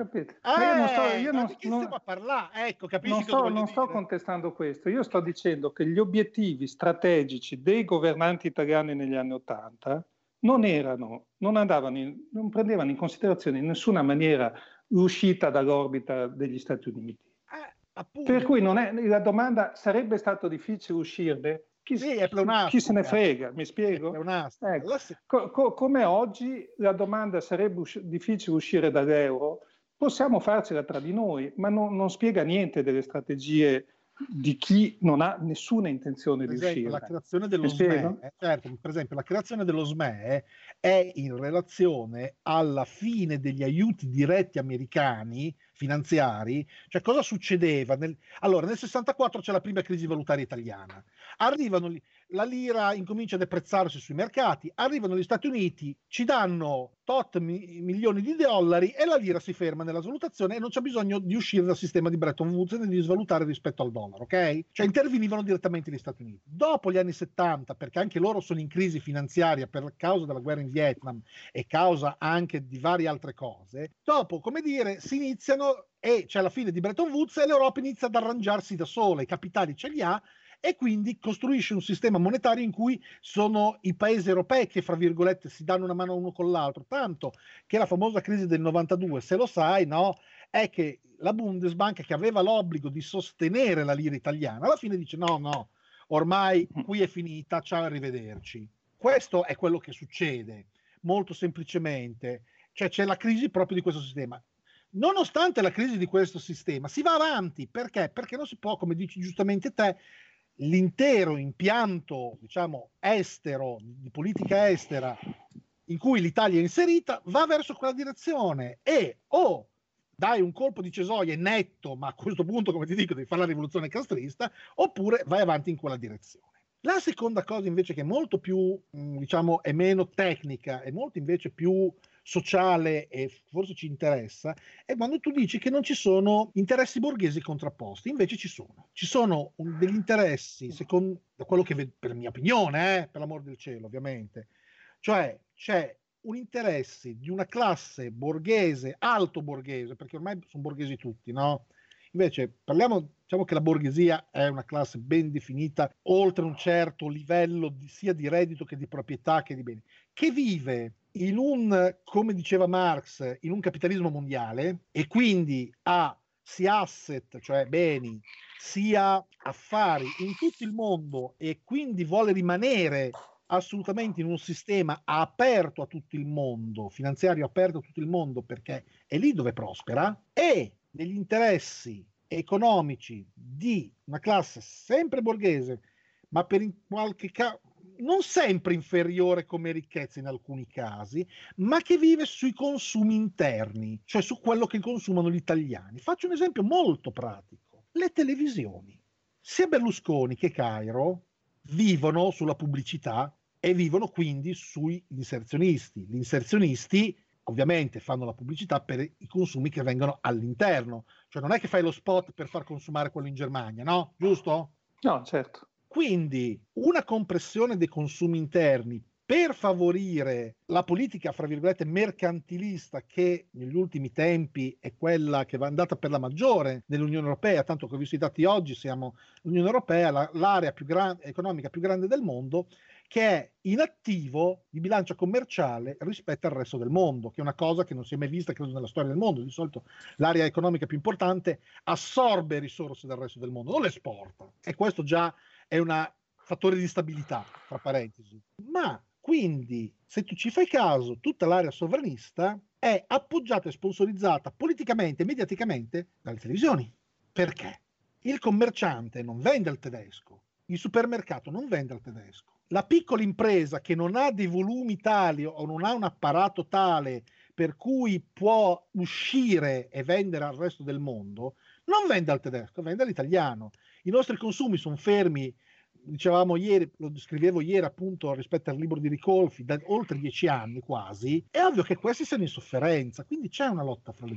stiamo a parlare, ecco, capisci non sto contestando questo, io sto dicendo che gli obiettivi strategici dei governanti italiani negli anni '80 non prendevano in considerazione in nessuna maniera l'uscita dall'orbita degli Stati Uniti. Per cui la domanda sarebbe stato difficile uscirne? Chi se ne frega, mi spiego? Ecco, come oggi la domanda sarebbe difficile uscire dall'euro, possiamo farcela tra di noi, ma non spiega niente delle strategie di chi non ha nessuna intenzione di uscire. La creazione dello SME, certo, per esempio la creazione dello SME è in relazione alla fine degli aiuti diretti americani finanziari. Cioè, cosa succedeva? Allora, nel 64 c'è la prima crisi valutaria italiana, la lira incomincia a deprezzarsi sui mercati, arrivano gli Stati Uniti, ci danno tot milioni di dollari e la lira si ferma nella svalutazione e non c'è bisogno di uscire dal sistema di Bretton Woods e di svalutare rispetto al dollaro, ok? Cioè intervenivano direttamente gli Stati Uniti. Dopo gli anni 70, perché anche loro sono in crisi finanziaria per causa della guerra in Vietnam e causa anche di varie altre cose, dopo, come dire, si iniziano e c'è la fine di Bretton Woods e l'Europa inizia ad arrangiarsi da sola, i capitali ce li ha, e quindi costruisce un sistema monetario in cui sono i paesi europei che, fra virgolette, si danno una mano uno con l'altro, tanto che la famosa crisi del 92, se lo sai, no, è che la Bundesbank, che aveva l'obbligo di sostenere la lira italiana, alla fine dice no, ormai qui è finita, ciao, arrivederci. Questo è quello che succede, molto semplicemente, cioè c'è la crisi proprio di questo sistema. Nonostante la crisi di questo sistema, si va avanti, perché? Perché non si può, come dici giustamente te, l'intero impianto, diciamo, estero, di politica estera in cui l'Italia è inserita va verso quella direzione e o dai un colpo di cesoie netto, ma a questo punto, come ti dico, devi fare la rivoluzione castrista, oppure vai avanti in quella direzione. La seconda cosa invece, che è molto più, diciamo, è meno tecnica, è molto invece più sociale e forse ci interessa, è quando tu dici che non ci sono interessi borghesi contrapposti. Invece ci sono degli interessi, secondo quello che per mia opinione, per l'amor del cielo ovviamente, cioè c'è un interesse di una classe borghese, alto borghese, perché ormai sono borghesi tutti, no? Invece diciamo che la borghesia è una classe ben definita oltre un certo livello sia di reddito che di proprietà che di beni, che vive in un, come diceva Marx, in un capitalismo mondiale, e quindi ha sia asset, cioè beni, sia affari in tutto il mondo, e quindi vuole rimanere assolutamente in un sistema aperto a tutto il mondo, finanziario aperto a tutto il mondo, perché è lì dove prospera, e degli interessi economici di una classe sempre borghese, ma per in qualche caso non sempre inferiore come ricchezza in alcuni casi, ma che vive sui consumi interni, cioè su quello che consumano gli italiani. Faccio un esempio molto pratico. Le televisioni, sia Berlusconi che Cairo, vivono sulla pubblicità e vivono quindi sugli inserzionisti. Gli inserzionisti ovviamente fanno la pubblicità per i consumi che vengono all'interno, cioè non è che fai lo spot per far consumare quello in Germania, no? Giusto? No, certo. Quindi una compressione dei consumi interni per favorire la politica, fra virgolette, mercantilista, che negli ultimi tempi è quella che va andata per la maggiore nell'Unione Europea, tanto che ho visto i dati oggi, siamo l'Unione Europea, l'area economica più grande del mondo, che è in attivo di bilancia commerciale rispetto al resto del mondo, che è una cosa che non si è mai vista, credo, nella storia del mondo. Di solito l'area economica più importante assorbe risorse dal resto del mondo, non le esporta. E questo già è un fattore di stabilità, tra parentesi. Ma quindi, se tu ci fai caso, tutta l'area sovranista è appoggiata e sponsorizzata politicamente e mediaticamente dalle televisioni. Perché? Il commerciante non vende al tedesco, il supermercato non vende al tedesco. La piccola impresa che non ha dei volumi tali o non ha un apparato tale per cui può uscire e vendere al resto del mondo, non vende al tedesco, vende all'italiano. I nostri consumi sono fermi, dicevamo ieri, lo scrivevo ieri appunto rispetto al libro di Ricolfi, da oltre 10 anni quasi. È ovvio che questi siano in sofferenza, quindi c'è una lotta fra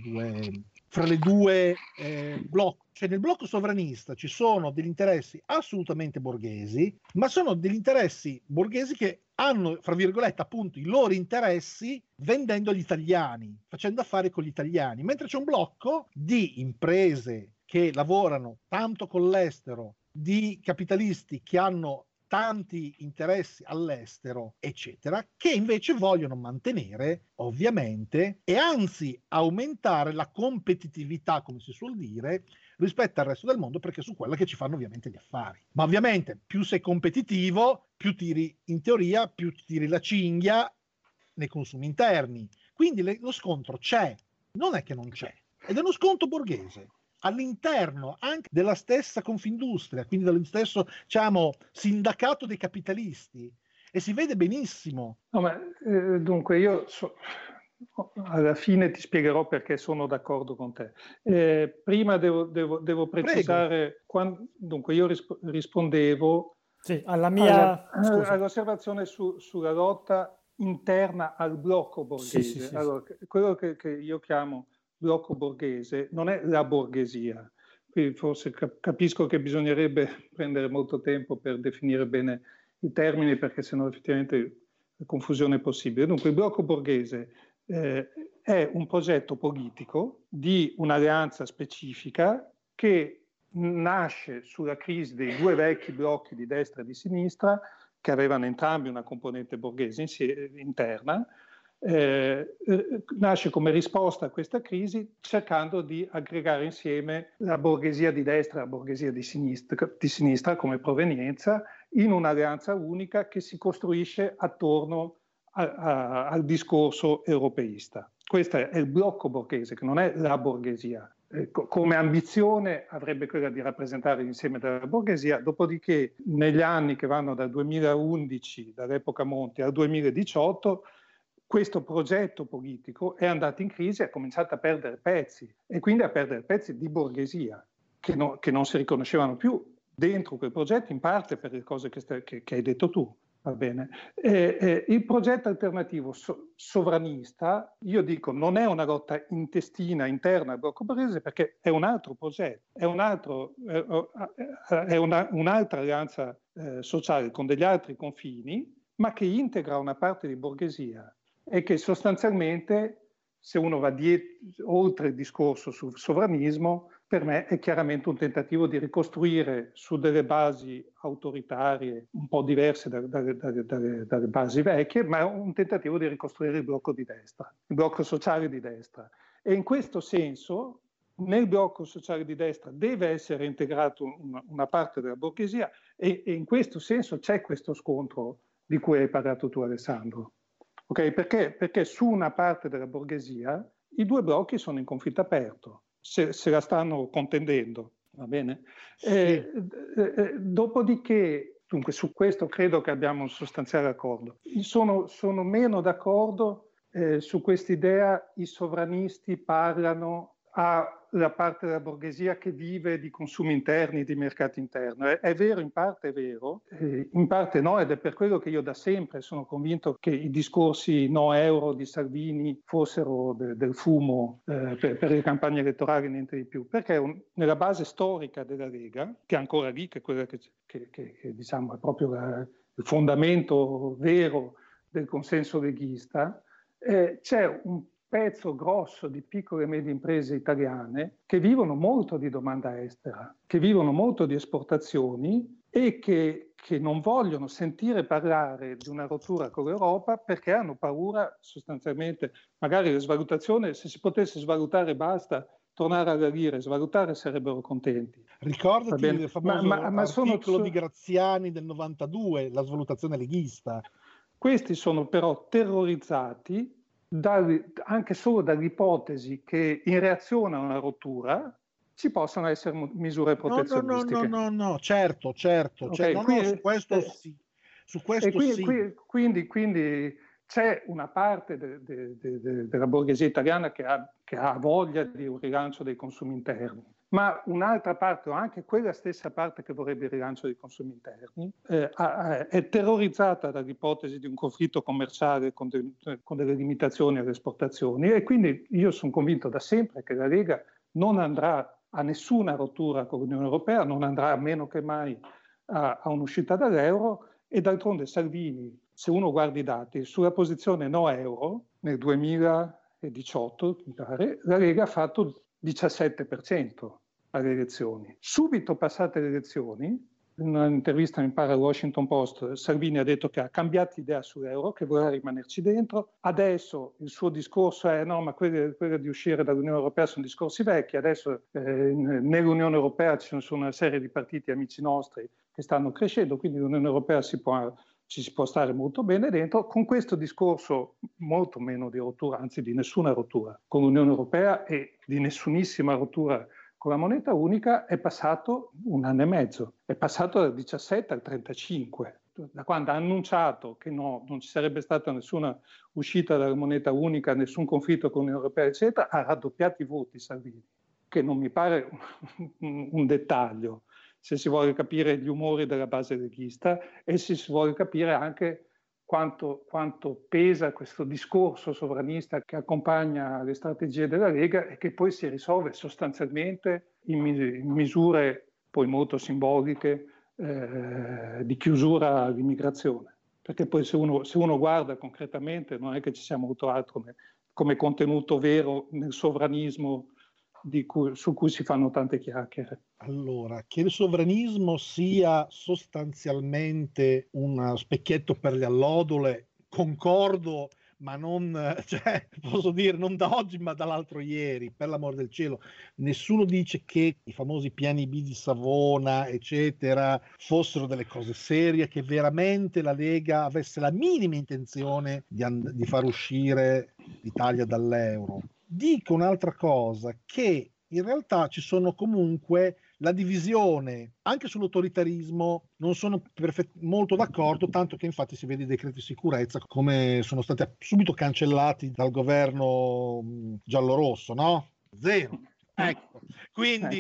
le due blocchi. Cioè nel blocco sovranista ci sono degli interessi assolutamente borghesi, ma sono degli interessi borghesi che hanno, fra virgolette, appunto i loro interessi vendendo agli italiani, facendo affari con gli italiani, mentre c'è un blocco di imprese che lavorano tanto con l'estero, di capitalisti che hanno tanti interessi all'estero, eccetera, che invece vogliono mantenere, ovviamente, e anzi aumentare la competitività, come si suol dire, rispetto al resto del mondo, perché su quella che ci fanno ovviamente gli affari. Ma ovviamente più sei competitivo, più tiri, in teoria, più tiri la cinghia nei consumi interni. Quindi lo scontro c'è, non è che non c'è, ed è uno scontro borghese all'interno anche della stessa Confindustria, quindi dello stesso, diciamo, sindacato dei capitalisti, e si vede benissimo. No, ma dunque io alla fine ti spiegherò perché sono d'accordo con te. Prima devo precisare, dunque io rispondevo alla mia all'osservazione sulla lotta interna al blocco borghese. Sì. Allora, quello che io chiamo blocco borghese non è la borghesia. Qui forse capisco che bisognerebbe prendere molto tempo per definire bene i termini, perché sennò effettivamente la confusione è possibile. Dunque il blocco borghese è un progetto politico di un'alleanza specifica che nasce sulla crisi dei due vecchi blocchi di destra e di sinistra, che avevano entrambi una componente borghese interna. Nasce come risposta a questa crisi cercando di aggregare insieme la borghesia di destra e la borghesia di sinistra come provenienza in un'alleanza unica che si costruisce attorno al discorso europeista. Questo è il blocco borghese, che non è la borghesia. Come ambizione avrebbe quella di rappresentare l'insieme della borghesia, dopodiché negli anni che vanno dal 2011, dall'epoca Monti, al 2018, questo progetto politico è andato in crisi e ha cominciato a perdere pezzi, e quindi a perdere pezzi di borghesia che non si riconoscevano più dentro quel progetto, in parte per le cose che hai detto tu. Va bene. Il progetto alternativo sovranista, io dico, non è una lotta intestina interna al blocco borghese, perché è un altro progetto, è un'altra alleanza sociale con degli altri confini, ma che integra una parte di borghesia e che sostanzialmente, se uno va oltre il discorso sul sovranismo, per me è chiaramente un tentativo di ricostruire su delle basi autoritarie un po' diverse dalle basi vecchie, ma è un tentativo di ricostruire il blocco di destra, il blocco sociale di destra. E in questo senso, nel blocco sociale di destra deve essere integrato una parte della borghesia, e in questo senso c'è questo scontro di cui hai parlato tu, Alessandro. Okay? Perché su una parte della borghesia i due blocchi sono in conflitto aperto, se la stanno contendendo, va bene? Sì. Dopodiché, dunque su questo credo che abbiamo un sostanziale accordo. Sono meno d'accordo su quest'idea. I sovranisti parlano alla parte della borghesia che vive di consumi interni, di mercati interni. È vero, in parte è vero, in parte no, ed è per quello che io da sempre sono convinto che i discorsi no euro di Salvini fossero del fumo per le campagne elettorali, niente di più, perché nella base storica della Lega, che è ancora lì, che è quella che diciamo è proprio il fondamento vero del consenso leghista, c'è un pezzo grosso di piccole e medie imprese italiane che vivono molto di domanda estera, che vivono molto di esportazioni e che non vogliono sentire parlare di una rottura con l'Europa perché hanno paura sostanzialmente, magari la svalutazione, se si potesse svalutare basta, tornare alla lira e svalutare sarebbero contenti. Ricordati il famoso articolo di Graziani del 92, la svalutazione leghista. Questi sono però terrorizzati anche solo dall'ipotesi che in reazione a una rottura ci possano essere misure protezionistiche. No, certo. Okay, Su questo sì. Quindi c'è una parte della borghesia italiana che ha voglia di un rilancio dei consumi interni, ma un'altra parte, o anche quella stessa parte che vorrebbe il rilancio dei consumi interni, è terrorizzata dall'ipotesi di un conflitto commerciale con delle limitazioni alle esportazioni, e quindi io sono convinto da sempre che la Lega non andrà a nessuna rottura con l'Unione Europea, non andrà a meno che mai a un'uscita dall'euro, e d'altronde Salvini, se uno guarda i dati, sulla posizione no euro nel 2018 la Lega ha fatto 17% alle elezioni. Subito passate le elezioni, in un'intervista mi pare al Washington Post, Salvini ha detto che ha cambiato idea sull'euro, che vorrà rimanerci dentro. Adesso il suo discorso è no, ma quelli di uscire dall'Unione Europea sono discorsi vecchi, adesso nell'Unione Europea ci sono una serie di partiti amici nostri che stanno crescendo, quindi l'Unione Europea ci si può stare molto bene dentro. Con questo discorso molto meno di rottura, anzi di nessuna rottura con l'Unione Europea e di nessunissima rottura con la moneta unica, è passato 1 anno e mezzo, è passato dal 17 al 35. Da quando ha annunciato che non ci sarebbe stata nessuna uscita dalla moneta unica, nessun conflitto con l'Unione Europea, eccetera, ha raddoppiato i voti Salvini, che non mi pare un dettaglio, se si vuole capire gli umori della base leghista e se si vuole capire anche quanto pesa questo discorso sovranista che accompagna le strategie della Lega e che poi si risolve sostanzialmente in misure poi molto simboliche di chiusura all'immigrazione. Perché poi se uno guarda concretamente non è che ci sia molto altro come contenuto vero nel sovranismo su cui si fanno tante chiacchiere. Allora, che il sovranismo sia sostanzialmente uno specchietto per le allodole, concordo, ma non, posso dire, non da oggi, ma dall'altro ieri, per l'amor del cielo. Nessuno dice che i famosi piani B di Savona, eccetera, fossero delle cose serie, che veramente la Lega avesse la minima intenzione di far uscire l'Italia dall'euro. Dico un'altra cosa, che in realtà ci sono comunque la divisione, anche sull'autoritarismo non sono molto d'accordo, tanto che infatti si vede i decreti di sicurezza come sono stati subito cancellati dal governo giallorosso, no? Zero. Ecco, quindi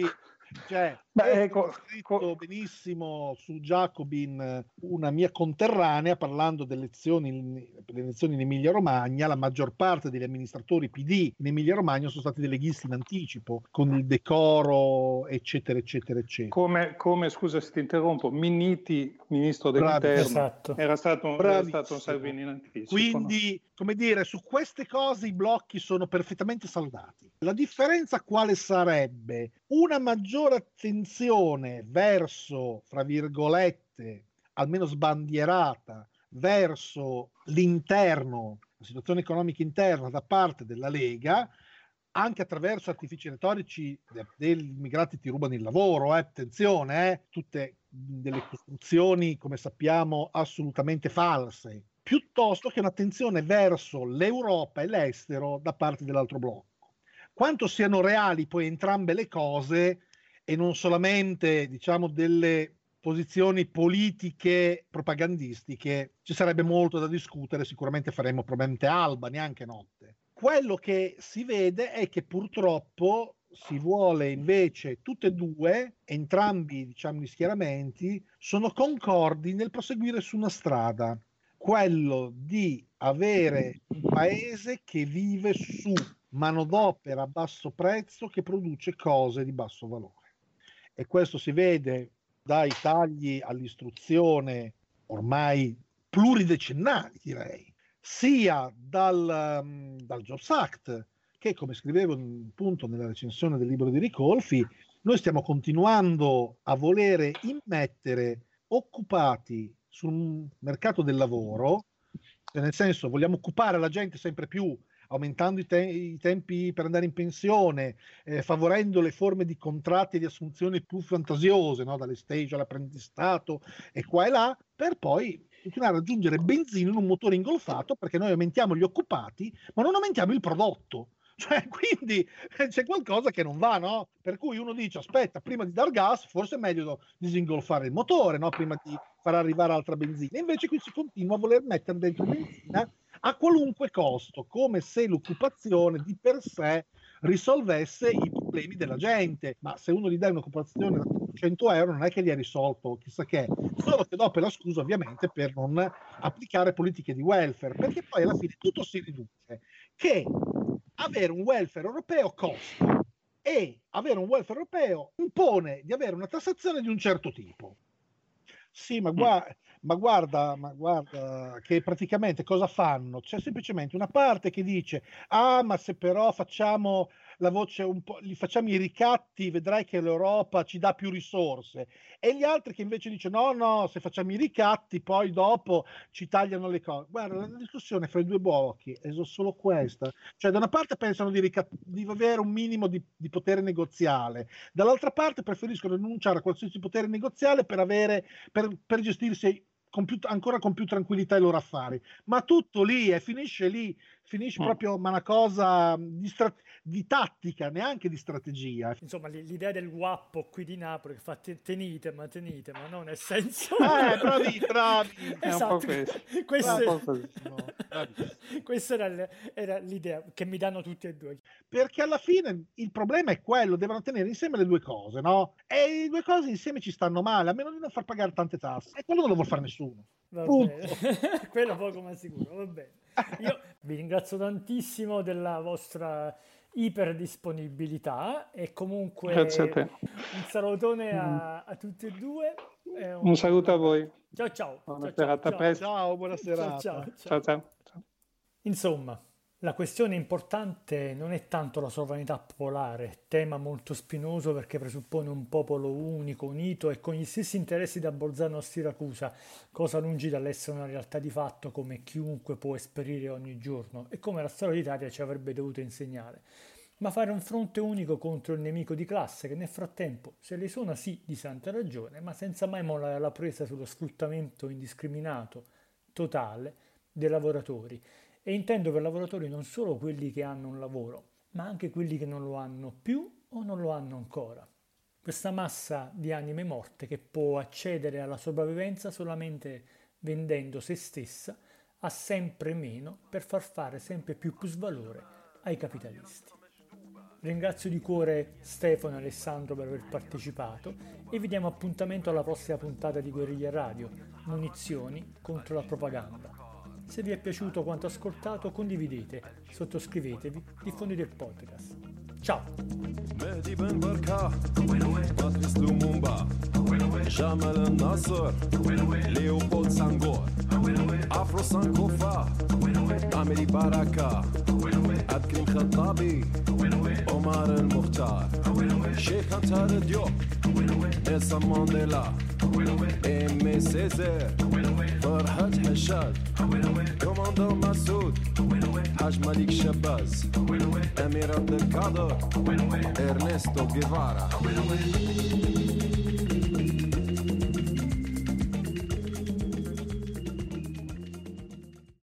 ho scritto benissimo su Jacobin una mia conterranea parlando delle elezioni in Emilia Romagna. La maggior parte degli amministratori PD in Emilia Romagna sono stati dei leghisti in anticipo, con il decoro, eccetera, eccetera, eccetera. Come scusa se ti interrompo, Minniti, ministro dell'Interno, esatto. era stato un Salvini in anticipo. Quindi, come dire, su queste cose i blocchi sono perfettamente saldati. La differenza quale sarebbe? Una maggiore attenzione verso, fra virgolette, almeno sbandierata, verso l'interno, la situazione economica interna da parte della Lega, anche attraverso artifici retorici degli immigrati ti rubano il lavoro, attenzione, tutte delle costruzioni, come sappiamo, assolutamente false, piuttosto che un'attenzione verso l'Europa e l'estero da parte dell'altro blocco. Quanto siano reali poi entrambe le cose e non solamente, diciamo, delle posizioni politiche propagandistiche, ci sarebbe molto da discutere, sicuramente faremo probabilmente alba, neanche notte. Quello che si vede è che purtroppo si vuole invece tutte e due, entrambi diciamo gli schieramenti, sono concordi nel proseguire su una strada, quello di avere un paese che vive su manodopera a basso prezzo che produce cose di basso valore. E questo si vede dai tagli all'istruzione ormai pluridecennali, direi, sia dal Jobs Act, che come scrivevo appunto nella recensione del libro di Ricolfi, noi stiamo continuando a volere immettere occupati sul mercato del lavoro, nel senso vogliamo occupare la gente sempre più, aumentando i tempi per andare in pensione, favorendo le forme di contratti e di assunzioni più fantasiose, no? Dalle stage all'apprendistato e qua e là, per poi continuare ad aggiungere benzina in un motore ingolfato, perché noi aumentiamo gli occupati ma non aumentiamo il prodotto. Cioè, quindi c'è qualcosa che non va, no? Per cui uno dice, aspetta, prima di dar gas forse è meglio disingolfare il motore, no? Prima di far arrivare altra benzina. Invece qui si continua a voler mettere dentro benzina a qualunque costo, come se l'occupazione di per sé risolvesse i problemi della gente. Ma se uno gli dà un'occupazione da 100 euro non è che gli ha risolto chissà che, solo che dopo è la scusa ovviamente per non applicare politiche di welfare, perché poi alla fine tutto si riduce che avere un welfare europeo costa e avere un welfare europeo impone di avere una tassazione di un certo tipo. Sì, ma guarda che praticamente cosa fanno? C'è semplicemente una parte che dice ma se però facciamo la voce un po', li facciamo i ricatti, vedrai che l'Europa ci dà più risorse, e gli altri che invece dicono no, se facciamo i ricatti poi dopo ci tagliano le cose. Guarda, la discussione fra i due blocchi è solo questa, cioè da una parte pensano di avere un minimo di potere negoziale, dall'altra parte preferiscono rinunciare a qualsiasi potere negoziale per gestirsi ancora con più tranquillità i loro affari, ma tutto lì e finisce proprio una cosa di tattica, neanche di strategia. Insomma, l'idea del guappo qui di Napoli che fa tenite, ma no, nel senso bravi esatto. Questa era l'idea che mi danno tutti e due, perché alla fine il problema è quello, devono tenere insieme le due cose, no? E le due cose insieme ci stanno male, a meno di non far pagare tante tasse, e quello non lo vuol fare nessuno. Va bene. Quello poco ma sicuro, va bene. Io vi ringrazio tantissimo della vostra iperddisponibilità e comunque un salutone a tutti e due. Un saluto a voi. Ciao. Buona serata, presto. Ciao, buona serata. Ciao. Insomma, la questione importante non è tanto la sovranità popolare, tema molto spinoso perché presuppone un popolo unico, unito e con gli stessi interessi da Bolzano a Siracusa, cosa lungi dall'essere una realtà di fatto come chiunque può esperire ogni giorno e come la storia d'Italia ci avrebbe dovuto insegnare, ma fare un fronte unico contro il nemico di classe che nel frattempo se le suona sì di santa ragione, ma senza mai mollare la presa sullo sfruttamento indiscriminato, totale, dei lavoratori. E intendo per lavoratori non solo quelli che hanno un lavoro, ma anche quelli che non lo hanno più o non lo hanno ancora. Questa massa di anime morte che può accedere alla sopravvivenza solamente vendendo se stessa a sempre meno per far fare sempre più plusvalore ai capitalisti. Ringrazio di cuore Stefano e Alessandro per aver partecipato e vi diamo appuntamento alla prossima puntata di Guerriglia Radio, munizioni contro la propaganda. Se vi è piaciuto quanto ascoltato, condividete, sottoscrivetevi, diffondete il podcast. Ciao! مهدي بن بركة باتريس لومومبا جمال الناصر ليوبولد سانغور أفرو سانكوفا عمري بركة عبد الكريم خطابي عمر المختار شيخ أنتار ديوب نيلسون مانديلا إيمي سيزر فرحات حشاد كوماندو مسعود حاج مليك شباز أمير عبد القادر إرنستو جيفارا